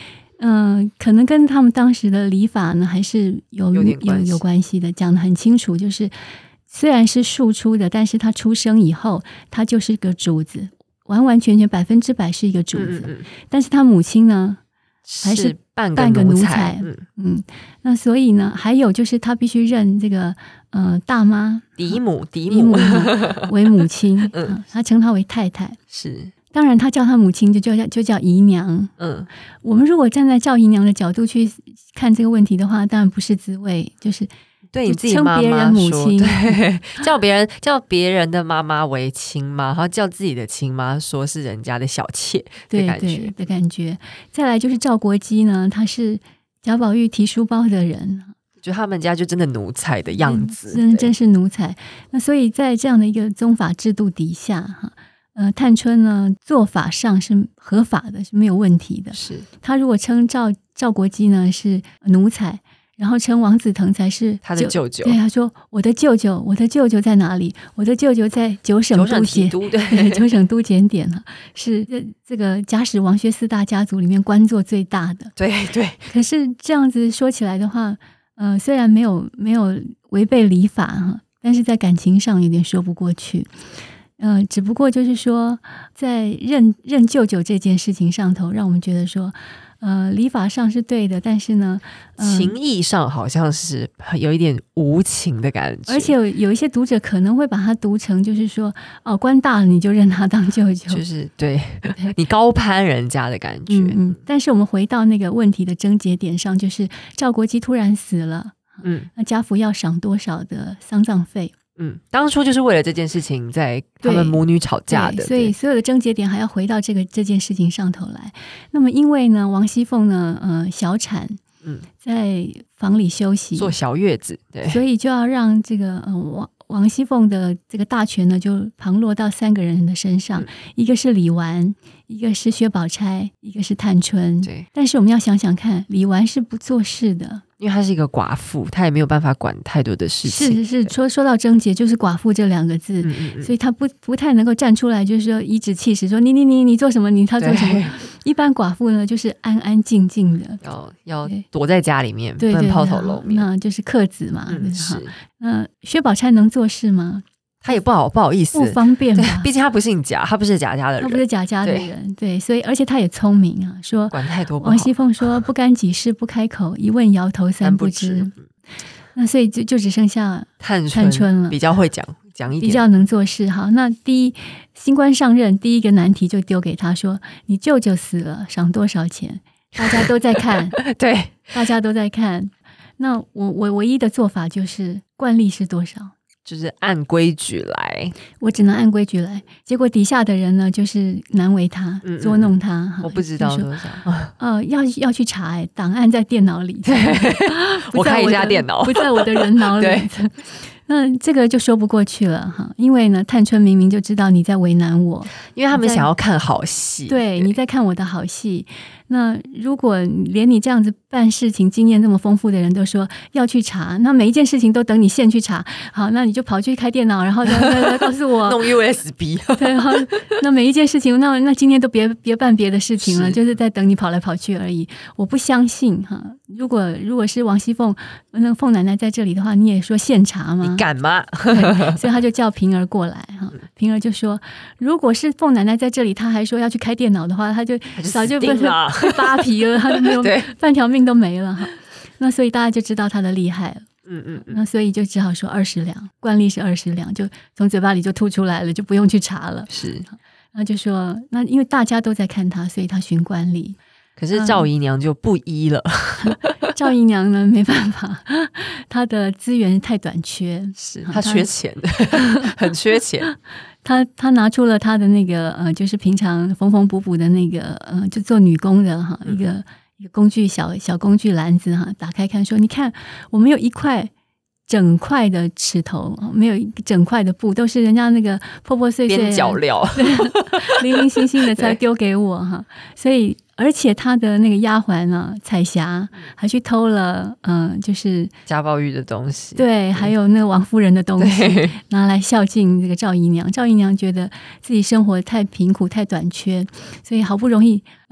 可能跟他们当时的礼法呢还是有关系的，讲得很清楚，就是虽然是庶出的，但是他出生以后他就是个主子，完完全全100%是一个主子，但是他母亲呢还是半个奴才。那所以呢，还有就是他必须认这个大妈嫡母为母亲，他称她为太太。 是， 当然他叫他母亲就叫姨娘。我们如果站在赵姨娘的角度去看这个问题的话，当然不是滋味，就是对你自己妈妈说， 称别人母亲， 对，叫别人的妈妈为亲妈，然后叫自己的亲妈说是人家的小妾的感觉。再来就是赵国基呢，他是贾宝玉提书包的人， 就他们家就真的奴才的样子， 真是奴才。那所以在这样的一个宗法制度底下探春呢做法上是合法的，是没有问题的。 是他如果称赵国基呢是奴才，然后称王子腾才是他的舅舅。 对，他说我的舅舅在哪里？我的舅舅在九省都检点了，是这个假使王薛四大家族里面官做最大的。 对。 可是这样子说起来的话，虽然没有违背礼法但是在感情上有点说不过去。只不过就是说，在认舅舅这件事情上头，让我们觉得说，礼法上是对的，但是呢， 情义上好像是有一点无情的感觉， 而且有一些读者可能会把它读成就是说，官大了你就认他当舅舅， 就是对你高攀人家的感觉。 但是我们回到那个问题的症结点上，就是赵国基突然死了，那家父要赏多少的丧葬费？ 当初就是为了这件事情在他们母女吵架的， 所以所有的症结点还要回到这件事情上头来。那么因为呢，王熙凤呢，小产，在房里休息， 坐小月子，对， 所以就要让这个王熙凤的这个大权呢，就旁落到3个人的身上，一个是李纨，一个是薛宝钗，一个是探春。 对， 但是我们要想想看，李纨是不做事的。 因为她是一个寡妇，她也没有办法管太多的事情。 是说到症结，就是寡妇这2个字，所以她不太能够站出来，就是说颐指气使，说你做什么，他做什么。一般寡妇呢，就是安安静静的， 要躲在家里面，不能抛头露面， 那就是克子嘛。 是。 那薛宝钗能做事吗？ 他也不好意思， 不方便吧？ 毕竟他不姓贾，他不是贾家的人， 他不是贾家的人，对，所以而且他也聪明啊，说管太多不好。 王熙凤说不干己事不开口，一问摇头3不知。那所以就只剩下探春了， 比较会讲一点， 比较能做事。好，那新官上任，第一个难题就丢给他说：你舅舅死了，赏多少钱？大家都在看， 对， 大家都在看。那我唯一的做法就是惯例是多少？ 就是按规矩来， 我只能按规矩来。结果底下的人呢，就是难为他，捉弄他。 我不知道多少。 要去查，档案在电脑里。 我看一下电脑， 不在我的人脑里。那这个就说不过去了哈，因为呢，探春明明就知道你在为难我， 因为他们想要看好戏。 对，你在看我的好戏。那如果连你这样子办事情经验这么丰富的人都说要去查，那每一件事情都等你现去查，好，那你就跑去开电脑，然后再告诉我弄 USB。 对，好，那每一件事情，那今天都别办别的事情了，就是在等你跑来跑去而已。我不相信哈，如果是王熙凤那个凤奶奶在这里的话，你也说现查吗？ 你敢吗？ 所以他就叫平儿过来哈，平儿就说，如果是凤奶奶在这里，他还说要去开电脑的话，他就早就被扒皮了，他就没有半条命都没了哈。那所以大家就知道他的厉害了。那所以就只好说20两，惯例是20两，就从嘴巴里就吐出来了，就不用去查了。 是， 那就说，那因为大家都在看他，所以他循惯例。 可是赵姨娘就不依了。 赵姨娘呢，没办法，她的资源太短缺， 是她缺钱的，很缺钱。 她拿出了她的那个就是平常缝缝补补的那个就做女工的哈，一个工具小工具篮子哈，打开看说，你看我们有一块整块的尺头，没有一整块的布，都是人家那个破破碎碎边角料零零星星的才丢给我哈，所以而且他的那个丫鬟啊彩霞还去偷了就是贾宝玉的东西， 对，还有那个王夫人的东西拿来孝敬这个赵姨娘。赵姨娘觉得自己生活太贫苦太短缺，所以好不容易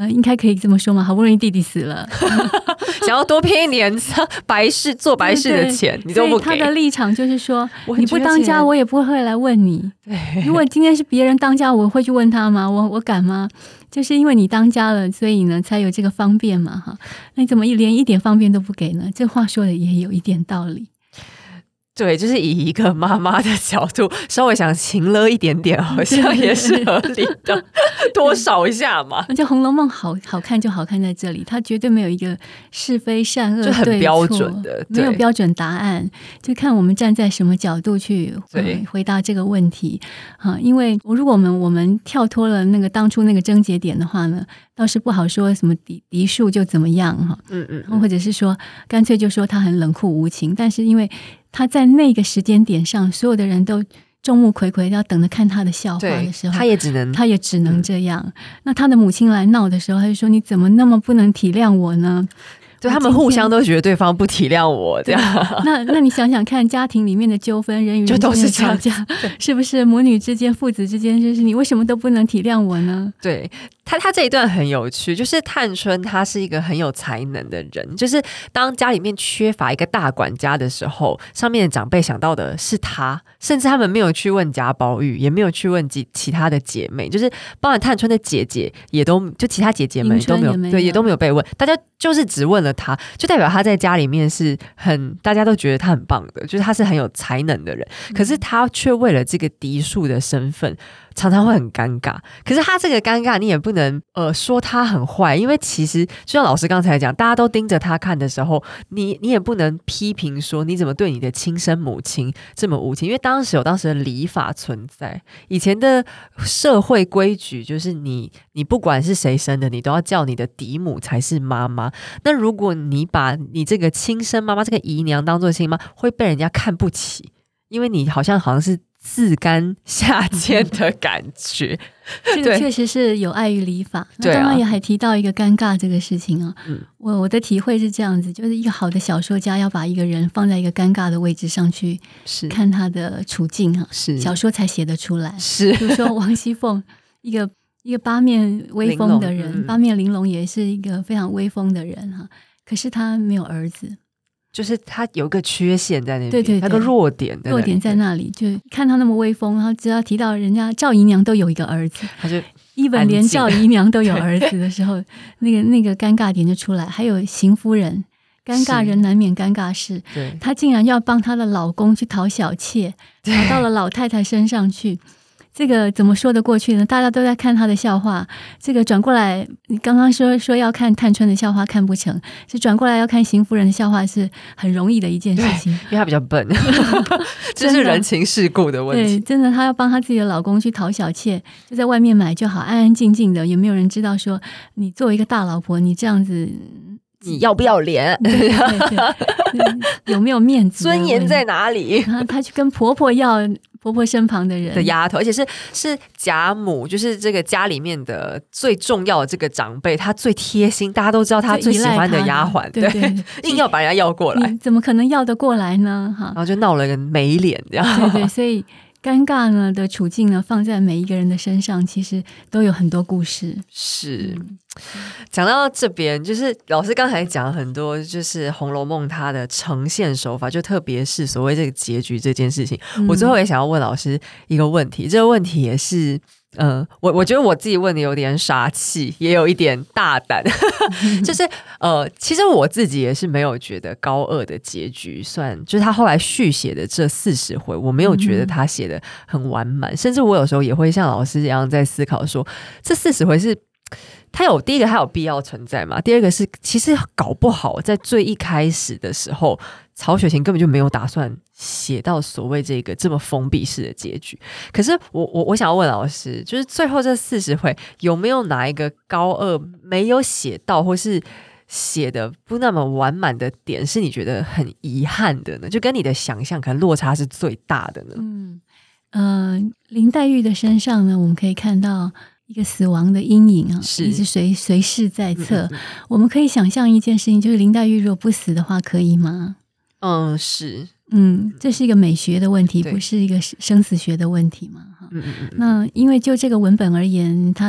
应该可以这么说嘛，好不容易弟弟死了， 想要多骗一点做白事的钱，你都不给。 他的立场就是说，你不当家，我也不会来问你。 对， 如果今天是别人当家，我会去问他吗？我敢吗？就是因为你当家了，所以呢才有这个方便嘛，哈。那你怎么连一点方便都不给呢？这话说的也有一点道理。 对，就是以一个妈妈的角度，稍微想情勒一点点，好像也是合理的，多少一下嘛。 而且《红楼梦》好看就好看在这里，它绝对没有一个是非善恶， 就很标准的， 没有标准答案，就看我们站在什么角度去回答这个问题啊。因为如果我们跳脱了那个当初那个症结点的话呢，倒是不好说什么嫡庶就怎么样哈，或者是说干脆就说他很冷酷无情，但是因为他在那个时间点上，所有的人都众目睽睽要等着看他的笑话的时候，他也只能这样。那他的母亲来闹的时候，他就说：“你怎么那么不能体谅我呢？” 对，他们互相都觉得对方不体谅我，这样。 那你想想看，家庭里面的纠纷，人与人之间的吵架，是不是母女之间、父子之间，就是你为什么都不能体谅我呢？ 对。他这一段很有趣，就是探春他是一个很有才能的人，就是当家里面缺乏一个大管家的时候，上面的长辈想到的是他，甚至他们没有去问贾宝玉，也没有去问其他的姐妹，就是包含探春的姐姐也都就其他姐姐们都没有，对，也都没有被问，大家就是只问了他，就代表他在家里面是大家都觉得他很棒的，就是他是很有才能的人，可是他却为了这个嫡庶的身份常常会很尴尬，可是他这个尴尬你也不能说他很坏，因为其实就像老师刚才讲，大家都盯着他看的时候，你也不能批评说你怎么对你的亲生母亲这么无情，因为当时有当时的礼法存在，以前的社会规矩就是你不管是谁生的，你都要叫你的嫡母才是妈妈，那如果你把你这个亲生妈妈这个姨娘当作亲妈，会被人家看不起，因为你好像是自甘下贱的感觉。 这个确实是有碍于礼法。那刚刚也还提到一个尴尬这个事情啊，我的体会是这样子，就是一个好的小说家要把一个人放在一个尴尬的位置上去看他的处境啊，小说才写得出来。是，比如说王熙凤，一个八面威风的人，八面玲珑也是一个非常威风的人哈，可是他没有儿子。 就是他有个缺陷在那边， 对， 那个弱点在那里，就看他那么威风，然后只要提到人家赵姨娘都有一个儿子， 他就 even连赵姨娘都有儿子的时候，那个尴尬点就出来。还有邢夫人，尴尬人难免尴尬事，她竟然要帮她的老公去讨小妾，讨到了老太太身上去。这个怎么说得过去呢？大家都在看他的笑话，这个转过来，你刚刚说要看探春的笑话看不成，是转过来要看邢夫人的笑话是很容易的一件事情， 因为他比较笨，这是人情世故的问题。 对，真的，他要帮他自己的老公去讨小妾，就在外面买就好，安安静静的，也没有人知道说你作为一个大老婆，你这样子。 你要不要脸？ 对，有没有面子？ 尊严在哪里？ 然后他去跟婆婆要婆婆身旁的人的丫头，而且是贾母，就是这个家里面的最重要的这个长辈，她最贴心，大家都知道她最喜欢的丫鬟，对，硬要把人家要过来， 你怎么可能要得过来呢？哈， 然后就闹了个没脸，这样对，所以。尴尬呢的处境呢，放在每一个人的身上，其实都有很多故事。 是，讲到这边，就是老师刚才讲很多，就是《红楼梦》它的呈现手法，就特别是所谓这个结局这件事情。我最后也想要问老师一个问题，这个问题也是。我觉得我自己问的有点傻气，也有一点大胆，就是其实我自己也是没有觉得高鹗的结局算，就是他后来续写的这40回，我没有觉得他写的很完满，甚至我有时候也会像老师一样在思考说，这40回是。第一个它有必要存在嘛？第二个是其实搞不好在最一开始的时候，曹雪芹根本就没有打算写到所谓这个这么封闭式的结局。可是我想要问老师，就是最后这40回有没有哪一个高鹗没有写到，或是写的不那么完满的点，是你觉得很遗憾的呢？就跟你的想象可能落差是最大的呢？ 林黛玉的身上呢，我们可以看到。一个死亡的阴影啊，一直随时在侧。我们可以想象一件事情，就是林黛玉如果不死的话，可以吗？ 是， 这是一个美学的问题，不是一个生死学的问题嘛。那因为就这个文本而言，它的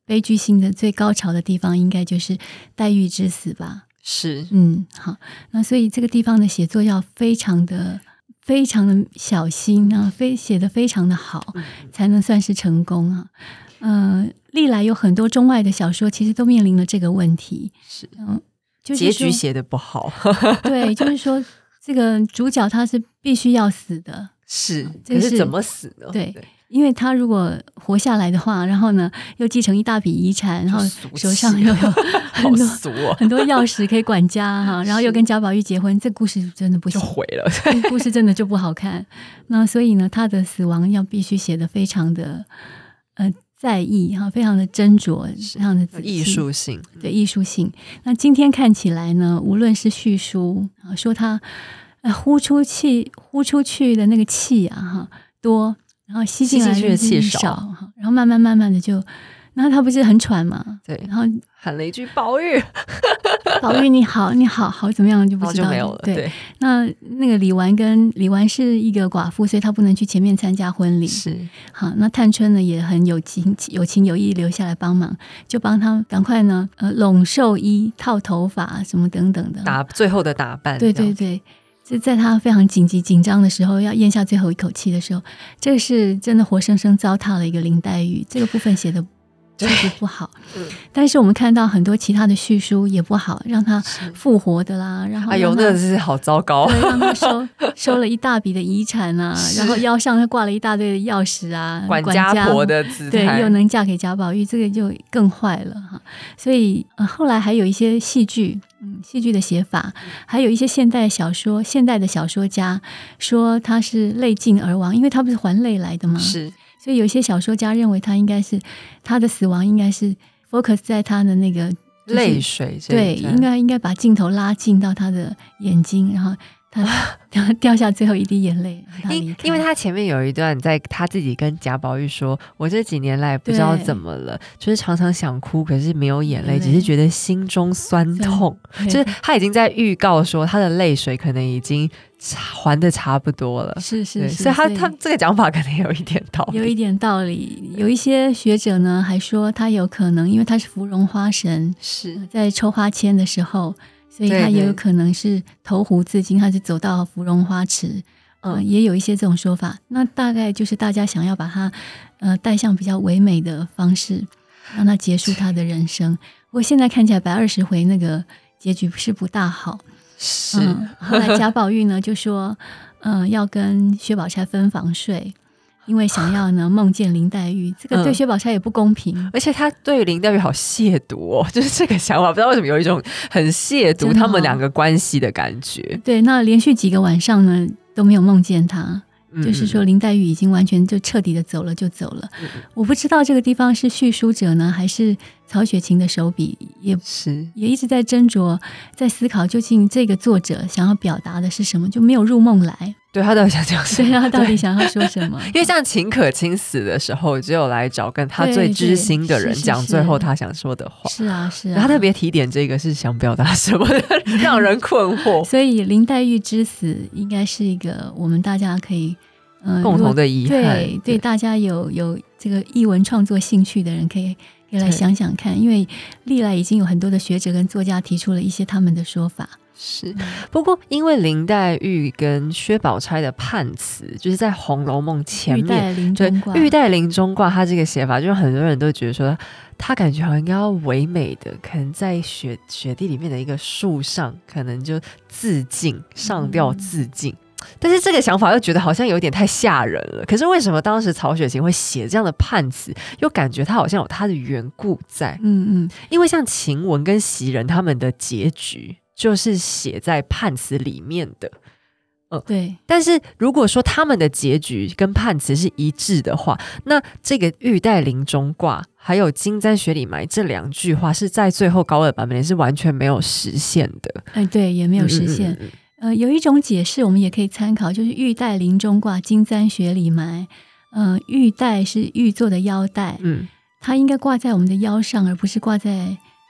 悲剧性的最高潮的地方，应该就是黛玉之死吧。 是， 好，那所以这个地方的写作要非常的小心啊，写得非常的好，才能算是成功啊。历来有很多中外的小说其实都面临了这个问题， 是， 就是结局写得不好。 对，就是说这个主角他是必须要死的， 是，可是怎么死呢？ 对，因为他如果活下来的话，然后呢又继承一大笔遗产，然后手上又有很多很多钥匙可以管家哈，然后又跟贾宝玉结婚，这故事真的不行， 就毁了。 这故事真的就不好看。那所以呢，他的死亡要必须写得非常的在意哈，非常的斟酌，非常的仔细， 艺术性， 对，艺术性。那今天看起来呢，无论是叙述说他呼出去的那个气啊哈多，然后吸进来的气少，然后慢慢的就，然后他不是很喘嘛， 对， 然后喊了一句宝玉， 宝玉你好怎么样就不知道， 就没有了。对， 那个李纨是一个寡妇，所以她不能去前面参加婚礼。 是， 好，那探春呢也很有情有义留下来帮忙，就帮她赶快呢拢寿衣、套头发什么等等的，最后的打扮。 对对对。就在他非常紧张的时候，要咽下最后一口气的时候，这个是真的活生生糟蹋了一个林黛玉。这个部分写的确实不好，但是我们看到很多其他的叙述也不好，让他复活的啦，然后那真是好糟糕， 对，让他收了一大笔的遗产啊，然后腰上挂了一大堆的钥匙啊， 管家婆的姿态， 对，又能嫁给贾宝玉，这个就更坏了哈。所以后来还有一些戏剧的写法，还有一些现代的小说家说他是泪尽而亡，因为他不是还泪来的吗？ 是。 所以有一些小说家认为他的死亡应该是 focus 在他的那个泪水， 对，应该把镜头拉近到他的眼睛，然后他掉下最后一滴眼泪， 因为他前面有一段在他自己跟贾宝玉说，我这几年来不知道怎么了，就是常常想哭，可是没有眼泪，只是觉得心中酸痛，就是他已经在预告说他的泪水可能已经还的差不多了， 是， 所以他这个讲法可能有一点道理，有一些学者呢还说他有可能，因为他是芙蓉花神， 是在抽花签的时候，所以他也有可能是投湖自尽，他是走到芙蓉花池，也有一些这种说法。那大概就是大家想要把他带向比较唯美的方式，让他结束他的人生。不过现在看起来120回那个结局是不大好。 是， 后来贾宝玉呢就说，要跟薛宝钗分房睡，因为想要呢梦见林黛玉，这个对薛宝钗也不公平， 而且他对林黛玉好亵渎哦，就是这个想法，不知道为什么有一种很亵渎他们两个关系的感觉。 对，那连续几个晚上呢都没有梦见他。就是说林黛玉已经完全就彻底的走了。我不知道这个地方是叙述者呢还是曹雪芹的手笔，也一直在斟酌，在思考究竟这个作者想要表达的是什么，就没有入梦来。 对，他到底想讲什么？ 对，他到底想要说什么？ 因为像秦可卿死的时候，只有来找跟他最知心的人讲最后他想说的话。 是啊， 他特别提点这个是想表达什么的，让人困惑。 所以林黛玉之死应该是一个我们大家可以共同的遗憾。 对，大家有这个艺文创作兴趣的人可以来想想看，因为历来已经有很多的学者跟作家提出了一些他们的说法。 是，不过因为林黛玉跟薛宝钗的判词，就是在《红楼梦》前面，玉带林中挂，他这个写法，就是很多人都觉得说，他感觉好像应该要唯美的，可能在雪地里面的一个树上，可能就自尽，上吊自尽。但是这个想法又觉得好像有点太吓人了。可是为什么当时曹雪芹会写这样的判词，又感觉他好像有他的缘故在？因为像晴雯跟袭人他们的结局就是写在判词里面的。 对。 但是如果说他们的结局跟判词是一致的话，那这个玉带林中挂还有金簪雪里埋这两句话是在最后高二版本里是完全没有实现的。 对，也没有实现。有一种解释我们也可以参考，就是玉带林中挂，金簪雪里埋。玉带是玉做的腰带，它应该挂在我们的腰上，而不是挂在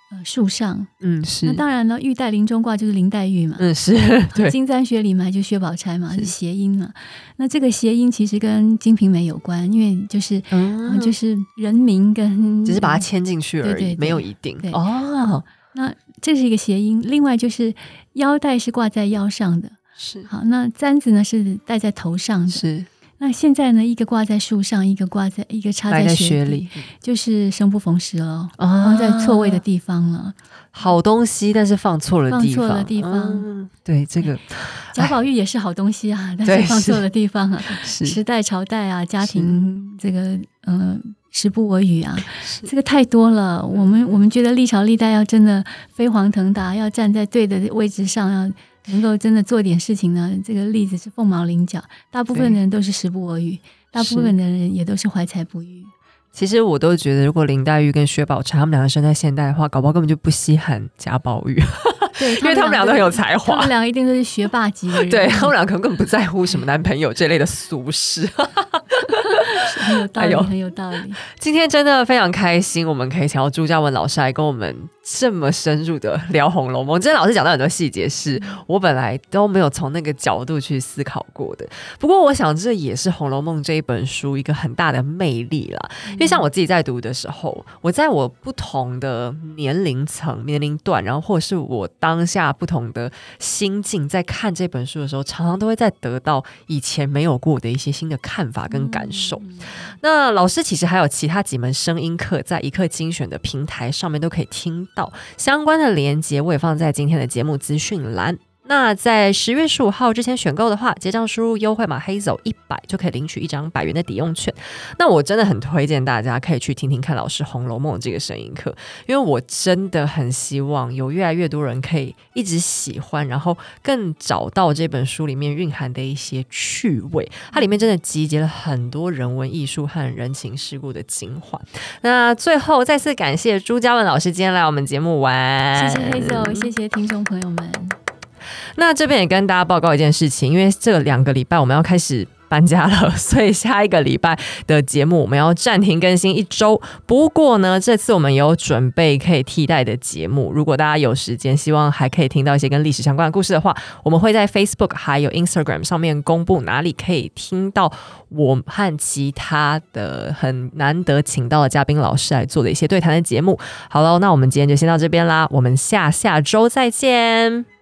树上。 是。 那当然了，玉带林中挂就是林黛玉嘛。 是。对。 金簪雪里埋就薛宝钗嘛，是谐音嘛。那这个谐音其实跟《金瓶梅》有关，因为就是人名跟只是把它牵进去而已， 对， 没有一定。 对哦，那这是一个谐音。另外就是腰带是挂在腰上的， 是。 好，那簪子呢是戴在头上的， 是。 那现在呢，一个挂在树上，一个插在雪里，就是生不逢时了，放在错位的地方了。 好东西，但是放错了地方。 对，这个贾宝玉也是好东西啊，但是放错了地方啊。时代、朝代啊，家庭这个时不我与啊，这个太多了。我们觉得历朝历代要真的飞黄腾达，要站在对的位置上，要能够真的做点事情呢，这个例子是凤毛麟角。大部分的人都是时不我与，大部分的人也都是怀才不遇。 其实我都觉得，如果林黛玉跟薛宝钗他们两个生在现代的话，搞不好根本就不稀罕贾宝玉。 对， 因为他们俩都很有才华， 他们俩一定都是学霸级的人。 对，他们俩可能根本不在乎什么男朋友这类的俗事。 很有道理，很有道理。 今天真的非常开心，我们可以请到朱嘉雯老师来跟我们这么深入的聊《红楼梦》。真的，老师讲到很多细节，是我本来都没有从那个角度去思考过的。不过，我想这也是《红楼梦》这一本书一个很大的魅力啦。因为像我自己在读的时候，我在我不同的年龄层、年龄段，然后或者是我当下不同的心境，在看这本书的时候，常常都会再得到以前没有过的一些新的看法跟感受。那老师其实还有其他几门声音课，在一课精选的平台上面都可以听到，相关的连结我也放在今天的节目资讯栏。那在10月15号之前选购的话，结账输入优惠码HAZEL 100就可以领取1张100元的抵用券。那我真的很推荐大家可以去听听看老师《红楼梦》这个声音课，因为我真的很希望有越来越多人可以一直喜欢，然后更找到这本书里面蕴含的一些趣味。它里面真的集结了很多人文艺术和人情世故的精华。那最后再次感谢朱嘉雯老师今天来我们节目玩， 谢谢HAZEL，谢谢听众朋友们。 那这边也跟大家报告一件事情，因为这2个礼拜我们要开始搬家了，所以下一个礼拜的节目我们要暂停更新1周。不过呢，这次我们有准备可以替代的节目，如果大家有时间，希望还可以听到一些跟历史相关的故事的话，我们会在 Facebook 还有 Instagram 上面公布哪里可以听到我和其他的很难得请到的嘉宾老师来做的一些对谈的节目。好了，那我们今天就先到这边啦，我们下周再见。